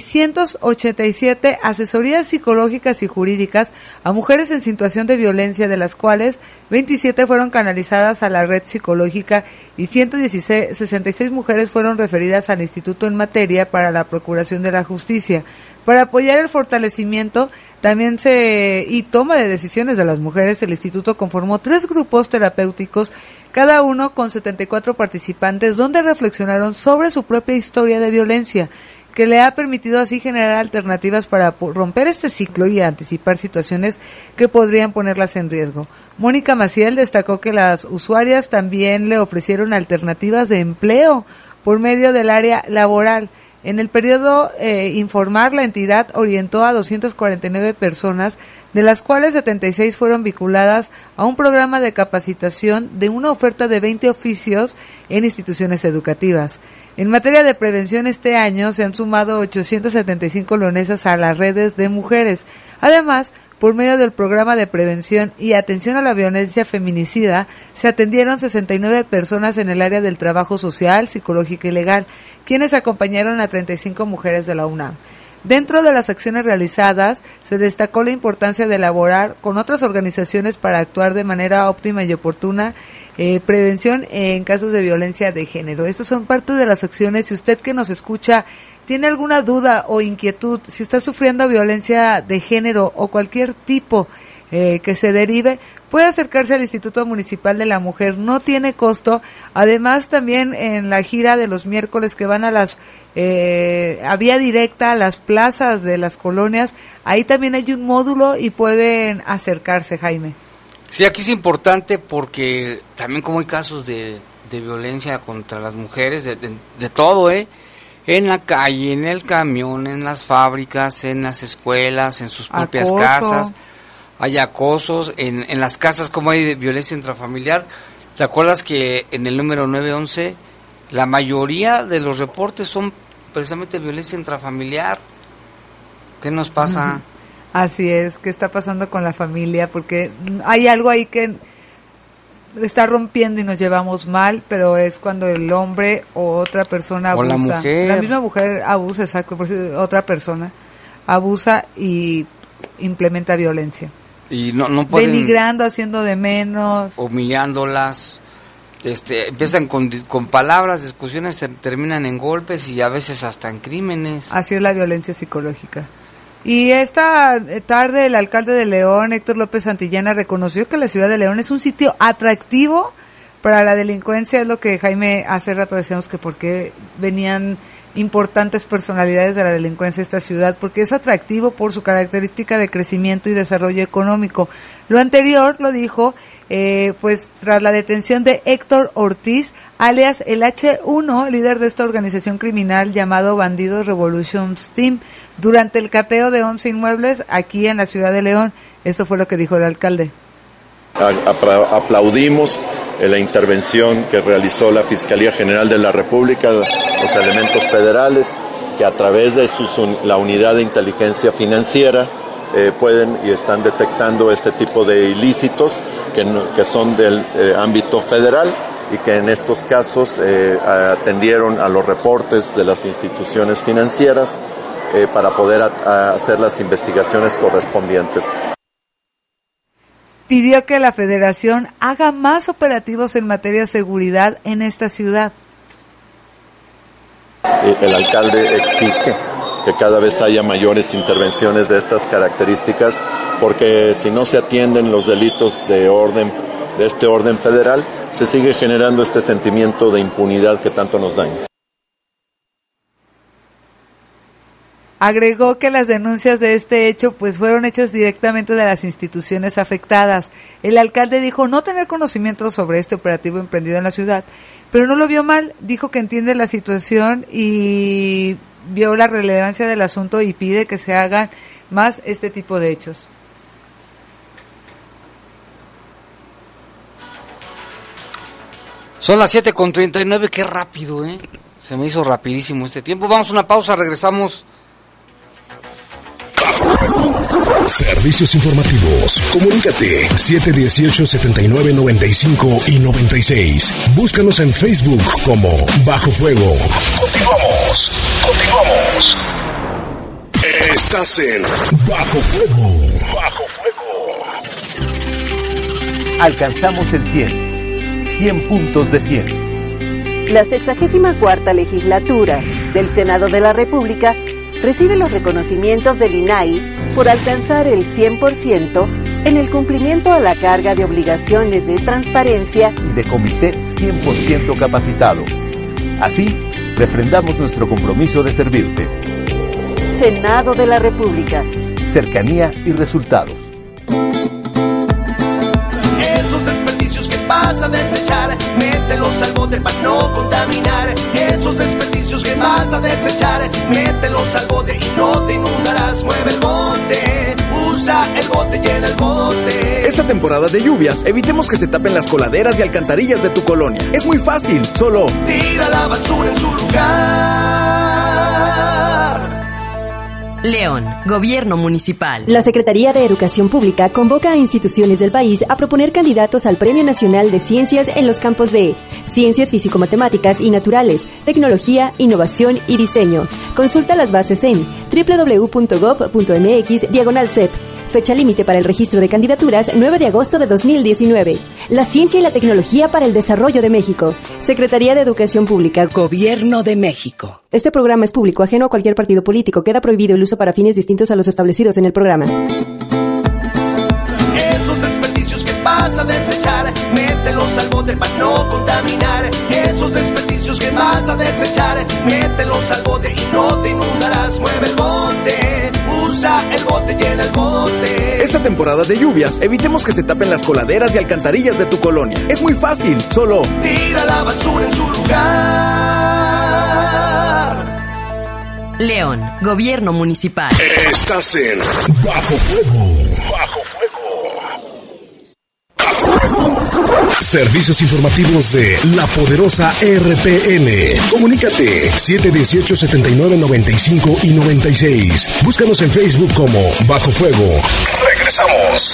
687 asesorías psicológicas y jurídicas a mujeres en situación de violencia, de las cuales 27 fueron canalizadas a la red psicológica y 166 mujeres fueron referidas al Instituto en materia para la Procuración de la Justicia. Para apoyar el fortalecimiento y toma de decisiones de las mujeres, el Instituto conformó 3 grupos terapéuticos, cada uno con 74 participantes, donde reflexionaron sobre su propia historia de violencia. que le ha permitido así generar alternativas para romper este ciclo y anticipar situaciones que podrían ponerlas en riesgo. Mónica Maciel destacó que las usuarias también le ofrecieron alternativas de empleo por medio del área laboral. En el periodo informar, la entidad orientó a 249 personas, de las cuales 76 fueron vinculadas a un programa de capacitación de una oferta de 20 oficios en instituciones educativas. En materia de prevención, este año se han sumado 875 leonesas a las redes de mujeres. Además, por medio del programa de prevención y atención a la violencia feminicida, se atendieron 69 personas en el área del trabajo social, psicológico y legal, quienes acompañaron a 35 mujeres de la UNAM. Dentro de las acciones realizadas, se destacó la importancia de elaborar con otras organizaciones para actuar de manera óptima y oportuna prevención en casos de violencia de género. Estas son parte de las acciones. Si usted que nos escucha tiene alguna duda o inquietud, si está sufriendo violencia de género o cualquier tipo que se derive, puede acercarse al Instituto Municipal de la Mujer, no tiene costo. Además, también en la gira de los miércoles que van a las a vía directa a las plazas de las colonias, ahí también hay un módulo y pueden acercarse, Jaime. Sí, aquí es importante porque también como hay casos de violencia contra las mujeres, de todo, en la calle, en el camión, en las fábricas, en las escuelas, en sus propias casas, hay acosos, en las casas como hay violencia intrafamiliar. ¿Te acuerdas que en el número 911 la mayoría de los reportes son precisamente violencia intrafamiliar? ¿Qué nos pasa? Así es, ¿qué está pasando con la familia? Porque hay algo ahí que está rompiendo y nos llevamos mal, pero es cuando el hombre o otra persona abusa. O la mujer. La misma mujer abusa, exacto, por otra persona abusa y implementa violencia. Y no pueden, denigrando, haciendo de menos, humillándolas. Empiezan con palabras, discusiones, terminan en golpes y a veces hasta en crímenes. Así es la violencia psicológica. Y esta tarde el alcalde de León, Héctor López Santillana, reconoció que la ciudad de León es un sitio atractivo para la delincuencia. Es lo que Jaime hace rato decíamos, que por qué venían importantes personalidades de la delincuencia a esta ciudad, porque es atractivo por su característica de crecimiento y desarrollo económico. Lo anterior lo dijo pues tras la detención de Héctor Ortiz, alias el H1, líder de esta organización criminal llamado Bandidos Revolution Team, durante el cateo de 11 inmuebles aquí en la ciudad de León. Esto fue lo que dijo el alcalde. Aplaudimos la intervención que realizó la Fiscalía General de la República, los elementos federales, que a través de la unidad de inteligencia financiera pueden y están detectando este tipo de ilícitos que son del ámbito federal y que en estos casos atendieron a los reportes de las instituciones financieras para poder hacer las investigaciones correspondientes. Pidió que la Federación haga más operativos en materia de seguridad en esta ciudad. El alcalde exige que cada vez haya mayores intervenciones de estas características, porque si no se atienden los delitos de este orden federal, se sigue generando este sentimiento de impunidad que tanto nos daña. Agregó que las denuncias de este hecho pues fueron hechas directamente de las instituciones afectadas. El alcalde dijo no tener conocimiento sobre este operativo emprendido en la ciudad, pero no lo vio mal. Dijo que entiende la situación y vio la relevancia del asunto y pide que se hagan más este tipo de hechos. Son las 7:39, qué rápido, se me hizo rapidísimo este tiempo. Vamos a una pausa, regresamos. Servicios informativos. Comunícate 718-7995 y 96. Búscanos en Facebook como Bajo Fuego. Continuamos. Estás en Bajo Fuego. Bajo Fuego. Alcanzamos el 100 puntos de 100. La 64ª legislatura del Senado de la República recibe los reconocimientos del INAI por alcanzar el 100% en el cumplimiento a la carga de obligaciones de transparencia y de comité 100% capacitado. Así, refrendamos nuestro compromiso de servirte. Senado de la República. Cercanía y resultados. Esos desperdicios que vas a desechar, mételos al bote para no contaminar. Esos desperdicios que vas a desechar, mételos al bote y no te inundarás. Mueve el bote, usa el bote, llena el bote. Esta temporada de lluvias, evitemos que se tapen las coladeras y alcantarillas de tu colonia. Es muy fácil, solo tira la basura en su lugar. León, Gobierno Municipal. La Secretaría de Educación Pública convoca a instituciones del país a proponer candidatos al Premio Nacional de Ciencias en los campos de Ciencias Físico-Matemáticas y Naturales, Tecnología, Innovación y Diseño. Consulta las bases en www.gov.mx/CEP. Fecha límite para el registro de candidaturas, 9 de agosto de 2019. La ciencia y la tecnología para el desarrollo de México. Secretaría de Educación Pública. Gobierno de México. Este programa es público, ajeno a cualquier partido político. Queda prohibido el uso para fines distintos a los establecidos en el programa. Esos desperdicios que vas a desechar, mételos al bote para no contaminar. Esos desperdicios que vas a desechar, mételos al bote y no te inundarás. Mueve el bote, usa el bote, llena el bote. esta temporada de lluvias, evitemos que se tapen las coladeras y alcantarillas de tu colonia. Es muy fácil, solo tira la basura en su lugar. León, Gobierno Municipal. Estás en Bajo Fuego. Bajo Fuego. Servicios informativos de la poderosa RPN. Comunícate 718-7995 y 96. Búscanos en Facebook como Bajo Fuego. Regresamos.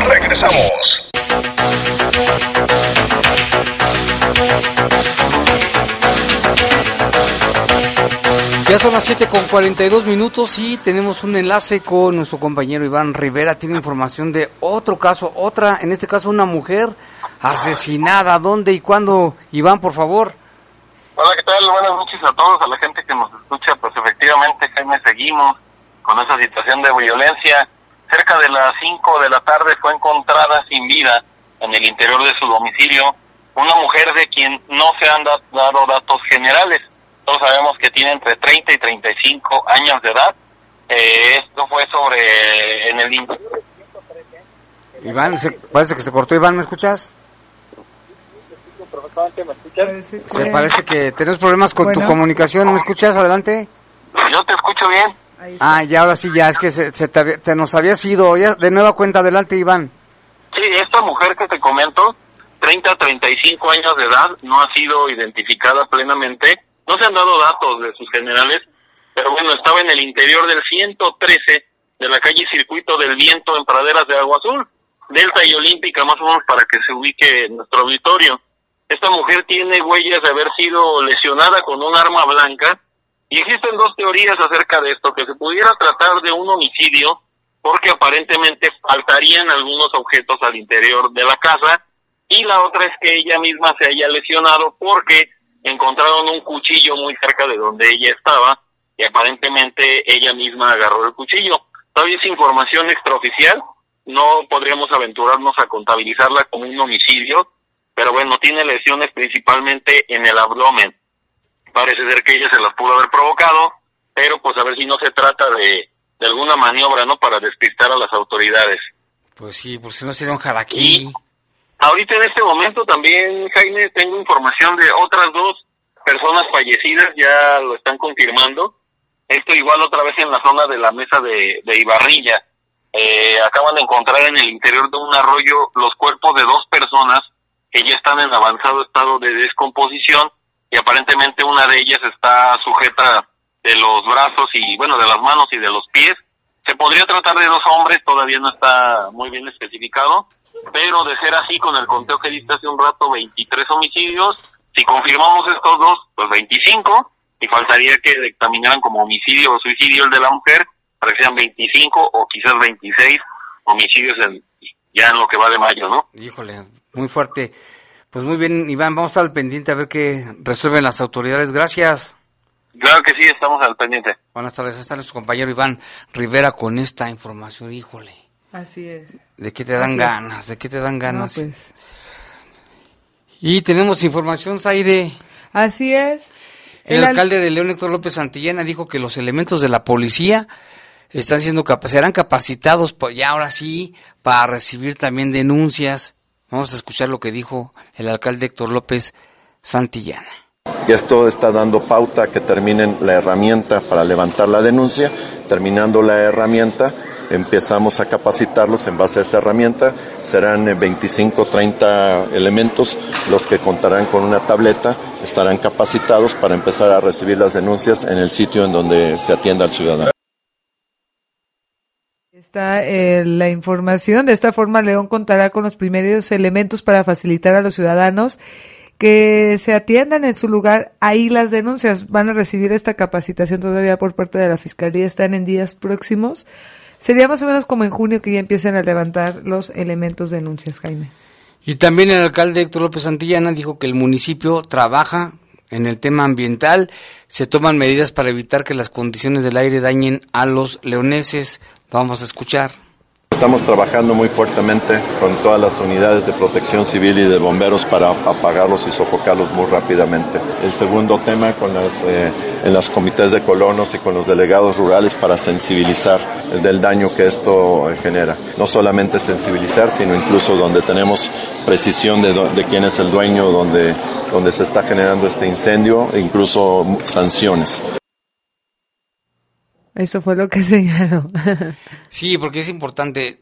Ya son las 7:42 y tenemos un enlace con nuestro compañero Iván Rivera. Tiene información de otro caso, en este caso una mujer asesinada. ¿Dónde y cuándo? Iván, por favor. Hola, ¿qué tal? Buenas noches a todos, a la gente que nos escucha. Pues efectivamente, Jaime, seguimos con esa situación de violencia. Cerca de las 5 de la tarde fue encontrada sin vida en el interior de su domicilio una mujer de quien no se han dado datos generales. Todos sabemos que tiene entre 30 y 35 años de edad. Esto fue en el interior. Iván, parece que se cortó. Iván, ¿me escuchas? ¿Me escuchas? Se parece que tenés problemas con tu comunicación. ¿Me escuchas? Adelante. Yo te escucho bien. Y ahora sí, ya es que te nos habías ido. Ya, de nueva cuenta, adelante, Iván. Sí, esta mujer que te comento, 30 a 35 años de edad, no ha sido identificada plenamente. No se han dado datos de sus generales, pero bueno, estaba en el interior del 113 de la calle Circuito del Viento en Praderas de Agua Azul, Delta y Olímpica, más o menos para que se ubique en nuestro auditorio. Esta mujer tiene huellas de haber sido lesionada con un arma blanca y existen dos teorías acerca de esto, que se pudiera tratar de un homicidio porque aparentemente faltarían algunos objetos al interior de la casa, y la otra es que ella misma se haya lesionado porque encontraron un cuchillo muy cerca de donde ella estaba y aparentemente ella misma agarró el cuchillo. Todavía es información extraoficial, no podríamos aventurarnos a contabilizarla como un homicidio, pero bueno, tiene lesiones principalmente en el abdomen. Parece ser que ella se las pudo haber provocado, pero pues a ver si no se trata de alguna maniobra, ¿no?, para despistar a las autoridades. Pues sí, por si no sería un jaraquí. Ahorita en este momento también, Jaime, tengo información de otras dos personas fallecidas, ya lo están confirmando. Esto igual otra vez en la zona de la mesa de Ibarrilla. Acaban de encontrar en el interior de un arroyo los cuerpos de dos personas que ya están en avanzado estado de descomposición y aparentemente una de ellas está sujeta de los brazos y bueno, de las manos y de los pies. Se podría tratar de dos hombres, todavía no está muy bien especificado, pero de ser así, con el conteo que diste hace un rato, 23 homicidios, si confirmamos estos dos, pues 25, y faltaría que dictaminaran como homicidio o suicidio el de la mujer, para que sean 25 o quizás 26 homicidios ya en lo que va de mayo, ¿no? Híjole, muy fuerte. Pues muy bien, Iván, vamos a estar al pendiente a ver qué resuelven las autoridades. Gracias. Claro que sí, estamos al pendiente. Buenas tardes, está nuestro compañero Iván Rivera con esta información, híjole. Así es. ¿De qué te dan ganas? ¿De qué te dan ganas? No, pues. Y tenemos información, Zaide. Así es. El alcalde de León, Héctor López Santillana, dijo que los elementos de la policía serán capacitados ya ahora sí para recibir también denuncias. Vamos a escuchar lo que dijo el alcalde Héctor López Santillana. Y esto está dando pauta a que terminen la herramienta para levantar la denuncia. Terminando la herramienta, empezamos a capacitarlos en base a esa herramienta. Serán 25, 30 elementos los que contarán con una tableta, estarán capacitados para empezar a recibir las denuncias en el sitio en donde se atienda al ciudadano. Está la información. De esta forma, León contará con los primeros elementos para facilitar a los ciudadanos que se atiendan en su lugar ahí las denuncias. Van a recibir esta capacitación todavía por parte de la Fiscalía, están en días próximos. Sería más o menos como en junio que ya empiecen a levantar los elementos de denuncias, Jaime. Y también el alcalde Héctor López Santillana dijo que el municipio trabaja en el tema ambiental, se toman medidas para evitar que las condiciones del aire dañen a los leoneses. Vamos a escuchar. Estamos trabajando muy fuertemente con todas las unidades de protección civil y de bomberos para apagarlos y sofocarlos muy rápidamente. El segundo tema en las comités de colonos y con los delegados rurales para sensibilizar del daño que esto genera. No solamente sensibilizar, sino incluso donde tenemos precisión de quién es el dueño, donde se está generando este incendio, e incluso sanciones. Esto fue lo que señaló. Sí, porque es importante.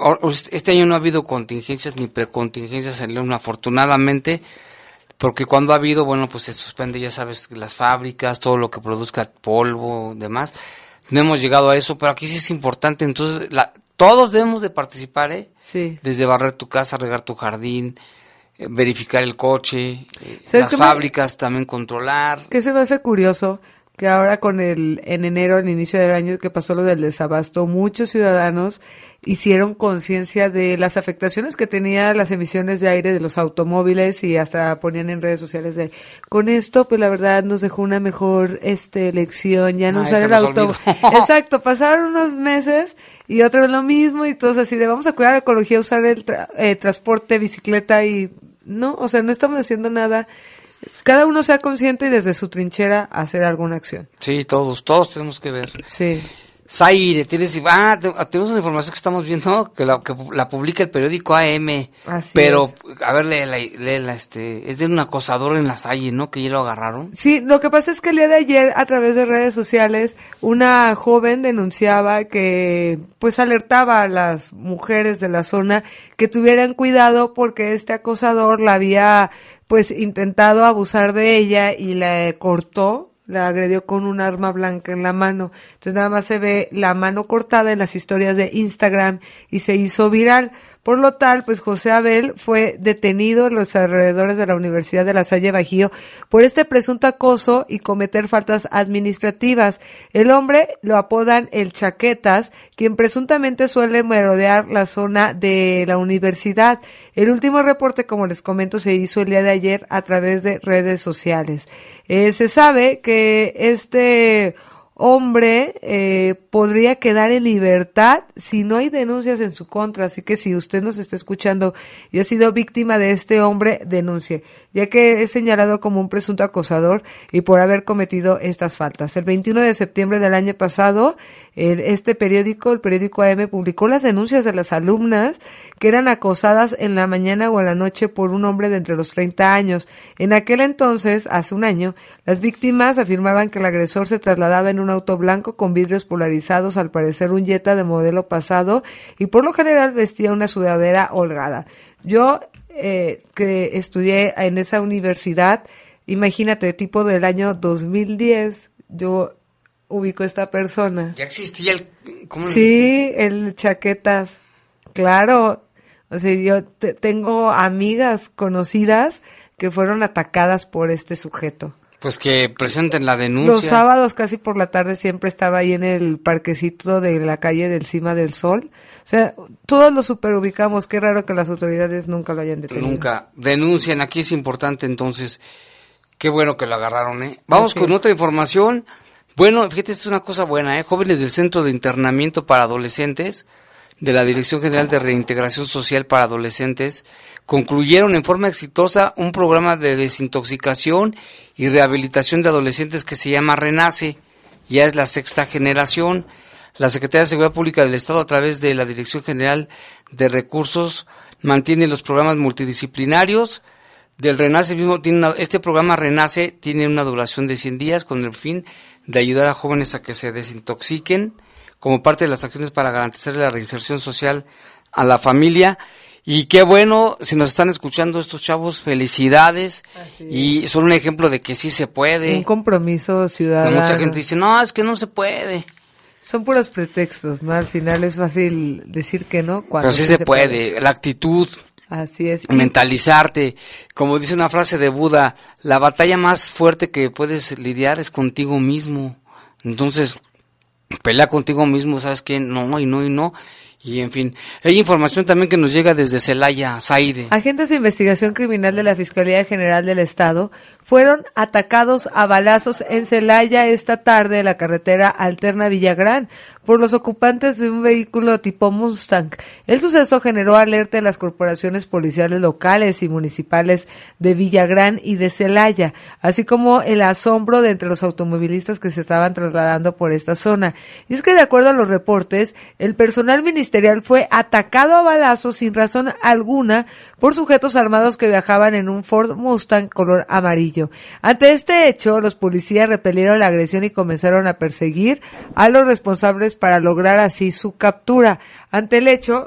Este año no ha habido contingencias ni precontingencias en León, afortunadamente, porque cuando ha habido, bueno, pues se suspende, ya sabes, las fábricas, todo lo que produzca polvo, demás. No hemos llegado a eso, pero aquí sí es importante. Entonces, todos debemos de participar, Sí. Desde barrer tu casa, regar tu jardín, verificar el coche, las fábricas también controlar. ¿Qué se me hace curioso? Que ahora en enero, al inicio del año que pasó lo del desabasto, muchos ciudadanos hicieron conciencia de las afectaciones que tenían las emisiones de aire de los automóviles y hasta ponían en redes sociales con esto, pues la verdad nos dejó una mejor lección, ya no usar el automóvil. Exacto, pasaron unos meses y otra vez lo mismo y todos así de vamos a cuidar la ecología, usar el transporte, bicicleta y no, o sea, no estamos haciendo nada. Cada uno sea consciente y desde su trinchera hacer alguna acción. Sí, todos tenemos que ver. Sí. Zaire, tenemos una información que estamos viendo, que la publica el periódico AM. Así pero, es. A ver, léela, es de un acosador en la Salle, ¿no? Que ya lo agarraron. Sí, lo que pasa es que el día de ayer, a través de redes sociales, una joven denunciaba que, pues, alertaba a las mujeres de la zona que tuvieran cuidado porque este acosador la había, pues, intentado abusar de ella y la cortó. La agredió con un arma blanca en la mano. Entonces nada más se ve la mano cortada en las historias de Instagram y se hizo viral. Por lo tal, pues José Abel fue detenido en los alrededores de la Universidad de La Salle Bajío por este presunto acoso y cometer faltas administrativas. El hombre lo apodan el Chaquetas, quien presuntamente suele merodear la zona de la universidad. El último reporte, como les comento, se hizo el día de ayer a través de redes sociales. Se sabe que este hombre podría quedar en libertad si no hay denuncias en su contra, así que si usted nos está escuchando y ha sido víctima de este hombre, denuncie, ya que es señalado como un presunto acosador y por haber cometido estas faltas. El 21 de septiembre del año pasado, el periódico AM, publicó las denuncias de las alumnas que eran acosadas en la mañana o en la noche por un hombre de entre los 30 años. En aquel entonces, hace un año, las víctimas afirmaban que el agresor se trasladaba en un auto blanco con vidrios polarizados, al parecer un Jetta de modelo pasado, y por lo general vestía una sudadera holgada. Yo, que estudié en esa universidad, imagínate, tipo del año 2010, yo ubico a esta persona. Ya existía el Chaquetas, claro. O sea, yo tengo amigas conocidas que fueron atacadas por este sujeto. Pues que presenten la denuncia. Los sábados casi por la tarde siempre estaba ahí en el parquecito de la calle del Cima del Sol. O sea, todos lo superubicamos. Qué raro que las autoridades nunca lo hayan detenido. Nunca. Denuncian. Aquí es importante, entonces. Qué bueno que lo agarraron, Vamos con otra información. Bueno, fíjate, esto es una cosa buena, Jóvenes del Centro de Internamiento para Adolescentes de la Dirección General de Reintegración Social para Adolescentes concluyeron en forma exitosa un programa de desintoxicación y rehabilitación de adolescentes que se llama Renace. Ya es la 6ª generación. La Secretaría de Seguridad Pública del Estado, a través de la Dirección General de Recursos, mantiene los programas multidisciplinarios del Renace. Este programa Renace tiene una duración de 100 días con el fin de ayudar a jóvenes a que se desintoxiquen como parte de las acciones para garantizar la reinserción social a la familia. Y qué bueno, si nos están escuchando estos chavos, felicidades. Y son un ejemplo de que sí se puede. Un compromiso ciudadano. Mucha gente dice, no, es que no se puede. Son puros pretextos, ¿no? Al final es fácil decir que no. Pero sí se puede. La actitud. Así es. Mentalizarte. Como dice una frase de Buda, la batalla más fuerte que puedes lidiar es contigo mismo. Entonces, pelea contigo mismo, ¿sabes qué? No, y no, y no. Y en fin, hay información también que nos llega desde Celaya, Zaire. Agentes de investigación criminal de la Fiscalía General del Estado fueron atacados a balazos en Celaya esta tarde en la carretera alterna Villagrán por los ocupantes de un vehículo tipo Mustang. El suceso generó alerta en las corporaciones policiales locales y municipales de Villagrán y de Celaya, así como el asombro de entre los automovilistas que se estaban trasladando por esta zona. Y es que, de acuerdo a los reportes, el personal ministerial fue atacado a balazos sin razón alguna por sujetos armados que viajaban en un Ford Mustang color amarillo. Ante este hecho, los policías repelieron la agresión y comenzaron a perseguir a los responsables para lograr así su captura. Ante el hecho,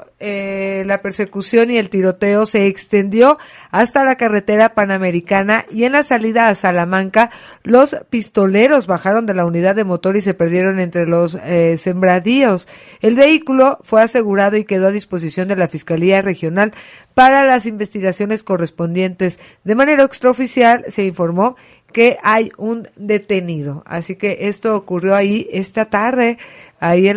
la persecución y el tiroteo se extendió hasta la carretera Panamericana y en la salida a Salamanca, los pistoleros bajaron de la unidad de motor y se perdieron entre los sembradíos. El vehículo fue asegurado y quedó a disposición de la Fiscalía Regional para las investigaciones correspondientes. De manera extraoficial se informó que hay un detenido. Así que esto ocurrió ahí esta tarde, ahí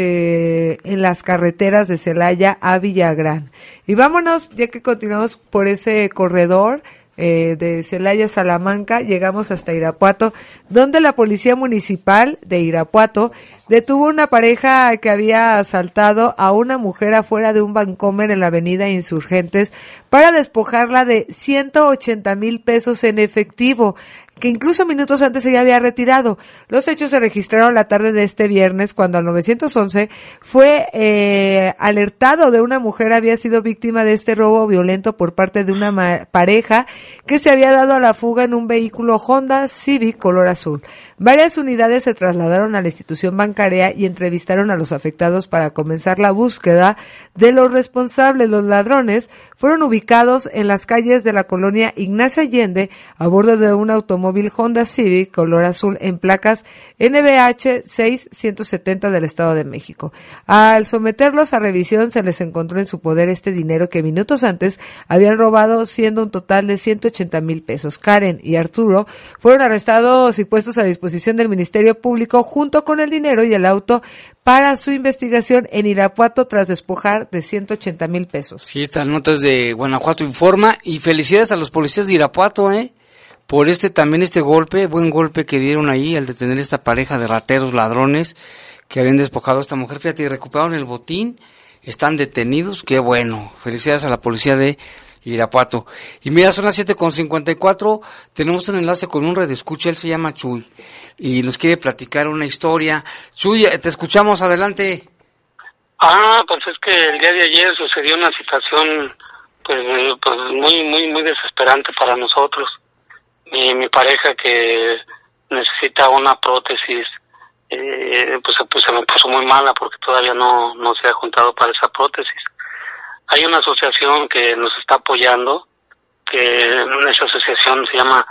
en las carreteras de Celaya a Villagrán. Y vámonos, ya que continuamos por ese corredor de Celaya a Salamanca, llegamos hasta Irapuato, donde la Policía Municipal de Irapuato detuvo una pareja que había asaltado a una mujer afuera de un Bancomer en la avenida Insurgentes para despojarla de 180,000 pesos en efectivo, que incluso minutos antes ella había retirado. Los hechos se registraron la tarde de este viernes, cuando al 911 fue alertado de una mujer había sido víctima de este robo violento por parte de una pareja que se había dado a la fuga en un vehículo Honda Civic color azul. Varias unidades se trasladaron a la institución bancaria y entrevistaron a los afectados para comenzar la búsqueda de los responsables. Los ladrones fueron ubicados en las calles de la colonia Ignacio Allende a bordo de un automóvil Honda Civic color azul en placas NBH 6170 del Estado de México. Al someterlos a revisión se les encontró en su poder este dinero que minutos antes habían robado, siendo un total de 180,000 pesos. Karen y Arturo fueron arrestados y puestos a disposición del Ministerio Público junto con el dinero y el auto para su investigación en Irapuato tras despojar de 180,000 pesos. Sí, esta nota es de Guanajuato Informa, y felicidades a los policías de Irapuato, por este golpe, buen golpe que dieron ahí al detener esta pareja de rateros, ladrones que habían despojado a esta mujer. Fíjate, y recuperaron el botín, están detenidos, qué bueno. Felicidades a la policía de Irapuato. Y mira, son las 7:54, tenemos un enlace con un redescucha, él se llama Chuy, y nos quiere platicar una historia. Chuy, te escuchamos, adelante. Pues es que el día de ayer sucedió una situación pues muy desesperante para nosotros. Mi pareja, que necesita una prótesis, pues se me puso muy mala porque todavía no se ha juntado para esa prótesis. Hay una asociación que nos está apoyando, que esa asociación se llama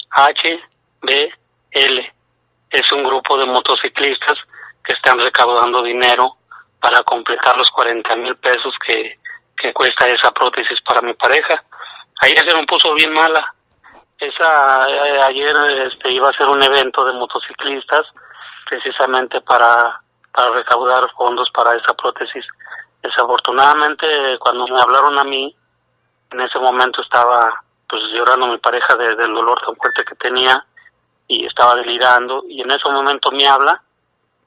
HBL. Es un grupo de motociclistas que están recaudando dinero para completar los 40,000 pesos que cuesta esa prótesis para mi pareja. Ayer se me puso bien mala. Ayer iba a ser un evento de motociclistas precisamente para recaudar fondos para esa prótesis. Desafortunadamente, cuando me hablaron a mí, en ese momento estaba pues llorando mi pareja del dolor tan fuerte que tenía y estaba delirando, y en ese momento me habla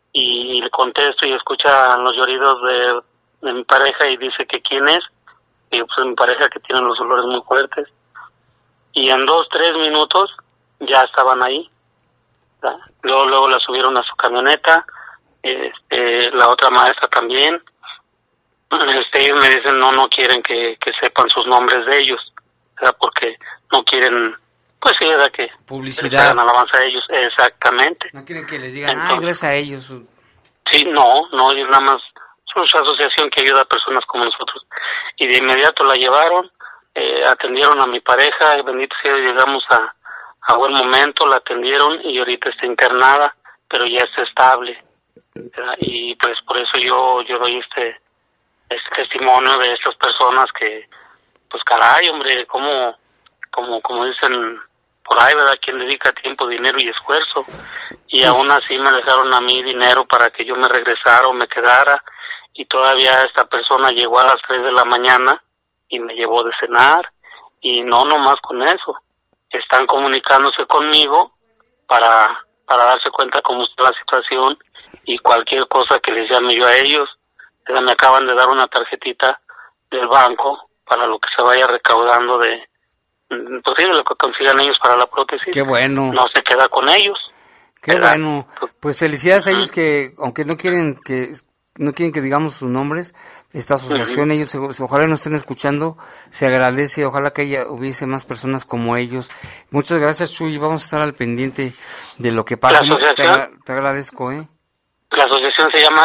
y le contesto y escucha los lloridos de mi pareja y dice que quién es, y pues mi pareja que tiene los olores muy fuertes. Y en 2-3 minutos ya estaban ahí. ¿verdad? Luego la subieron a su camioneta, la otra maestra también. Ellos me dicen no quieren que sepan sus nombres de ellos, ¿verdad? Porque no quieren, pues sí, ¿verdad? Que publicidad, hagan alabanza a ellos, exactamente. No quieren que les digan, gracias a ellos. Sí, no, ellos nada más, son una asociación que ayuda a personas como nosotros. Y de inmediato la llevaron, atendieron a mi pareja, y bendito sea, llegamos a buen momento, la atendieron y ahorita está internada, pero ya está estable, ¿verdad? Y pues por eso yo doy este testimonio de estas personas que, pues caray, hombre, como dicen por ahí, ¿verdad? Quien dedica tiempo, dinero y esfuerzo, y aún así me dejaron a mí dinero para que yo me regresara o me quedara, y todavía esta persona llegó a las 3 de la mañana y me llevó de cenar, y no nomás con eso, están comunicándose conmigo para darse cuenta cómo está la situación, y cualquier cosa que les llame yo a ellos. Me acaban de dar una tarjetita del banco para lo que se vaya recaudando de lo que consigan ellos para la prótesis. Qué bueno. No se queda con ellos. Qué bueno. Pues felicidades a ellos que, aunque no quieren que digamos sus nombres, esta asociación, ellos ojalá no estén escuchando, se agradece, ojalá que hubiese más personas como ellos. Muchas gracias, Chuy, vamos a estar al pendiente de lo que pasa. Te agradezco, La asociación se llama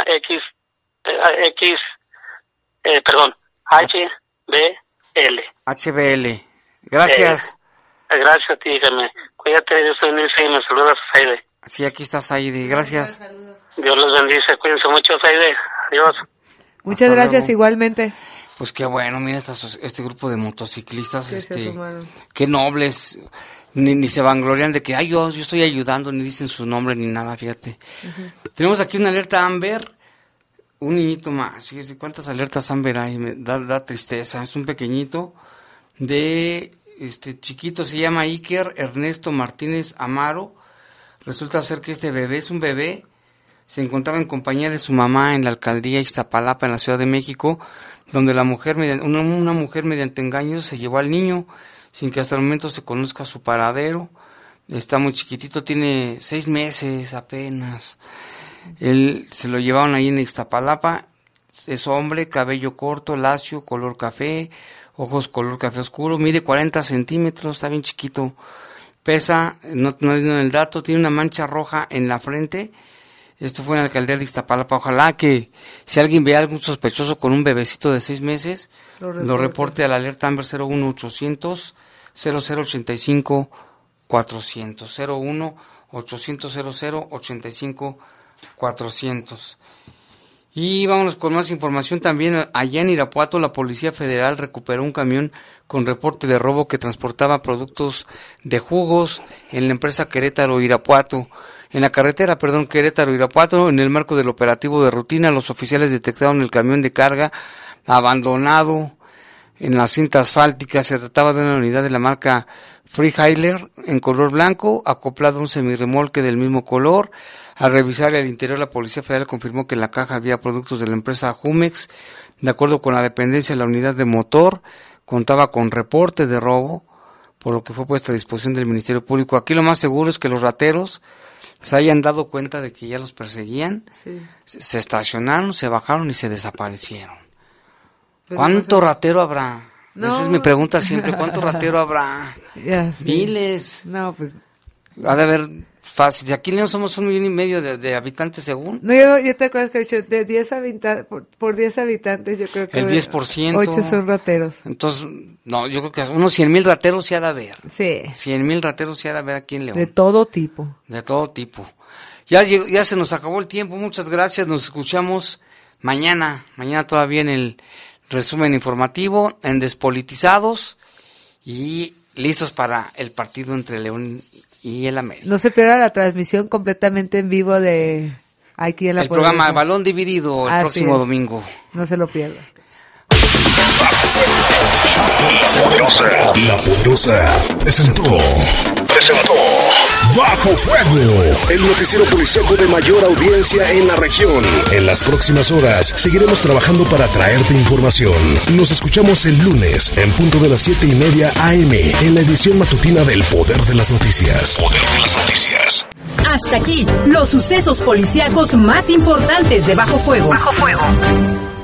HBL. Gracias. Gracias a ti, Jaime. Cuídate, yo soy Nilce y me saludas, Saide. Sí, aquí está Saide, gracias. Dios los bendice, cuídense mucho, Saide. Adiós. Muchas gracias, igualmente. Pues qué bueno, mira este grupo de motociclistas, qué nobles, ni se vanglorian de que yo estoy ayudando, ni dicen su nombre ni nada, fíjate. Tenemos aquí una alerta Amber. Un niñito más, fíjese cuántas alertas Amber hay, me da tristeza. Es un pequeñito chiquito, se llama Iker Ernesto Martínez Amaro. Resulta ser que este bebé es un bebé, se encontraba en compañía de su mamá en la alcaldía Iztapalapa, en la Ciudad de México, donde una mujer mediante engaños se llevó al niño, sin que hasta el momento se conozca su paradero. Está muy chiquitito, tiene 6 meses apenas. Él se lo llevaron ahí en Iztapalapa, es hombre, cabello corto, lacio, color café, ojos color café oscuro, mide 40 centímetros, está bien chiquito, pesa, no dieron el dato, tiene una mancha roja en la frente. Esto fue en la alcaldía de Iztapalapa. Ojalá que si alguien ve a algún sospechoso con un bebecito de 6 meses, lo reporte a la alerta Amber 01800 0085 400 01800 0085 400. Y vámonos con más información también. Allá en Irapuato, la Policía Federal recuperó un camión con reporte de robo que transportaba productos de jugos en la empresa Querétaro-Irapuato. En la carretera, Querétaro-Irapuato, en el marco del operativo de rutina, los oficiales detectaron el camión de carga abandonado en la cinta asfáltica. Se trataba de una unidad de la marca Freehailer en color blanco, acoplado a un semirremolque del mismo color. Al revisar el interior, la Policía Federal confirmó que en la caja había productos de la empresa Jumex. De acuerdo con la dependencia, la unidad de motor contaba con reporte de robo, por lo que fue puesta a disposición del Ministerio Público. Aquí lo más seguro es que los rateros se hayan dado cuenta de que ya los perseguían, se estacionaron, se bajaron y se desaparecieron. ¿Cuánto ratero habrá? No. Esa es mi pregunta siempre, ¿cuánto ratero habrá? Miles. No, pues... Ha de haber fácil. Aquí no somos 1,5 millones de habitantes según. No, yo te acuerdas que he dicho, de 10 habitantes, por 10 habitantes yo creo que... El 10%. 8 son rateros. Entonces, no, yo creo que unos 100,000 rateros sí ha de haber. Sí. 100,000 rateros sí ha de haber aquí en León. De todo tipo. De todo tipo. Ya se nos acabó el tiempo, muchas gracias, nos escuchamos mañana todavía en el resumen informativo, en Despolitizados y listos para el partido entre León y el América. No se pierda la transmisión completamente en vivo de aquí en la Poderosa. Programa Balón Dividido el próximo domingo. No se lo pierda. La Poderosa presentó Bajo Fuego, el noticiero policíaco de mayor audiencia en la región. En las próximas horas seguiremos trabajando para traerte información. Nos escuchamos el lunes en punto de las 7:30 AM en la edición matutina del Poder de las Noticias. Poder de las Noticias. Hasta aquí, los sucesos policíacos más importantes de Bajo Fuego. Bajo Fuego.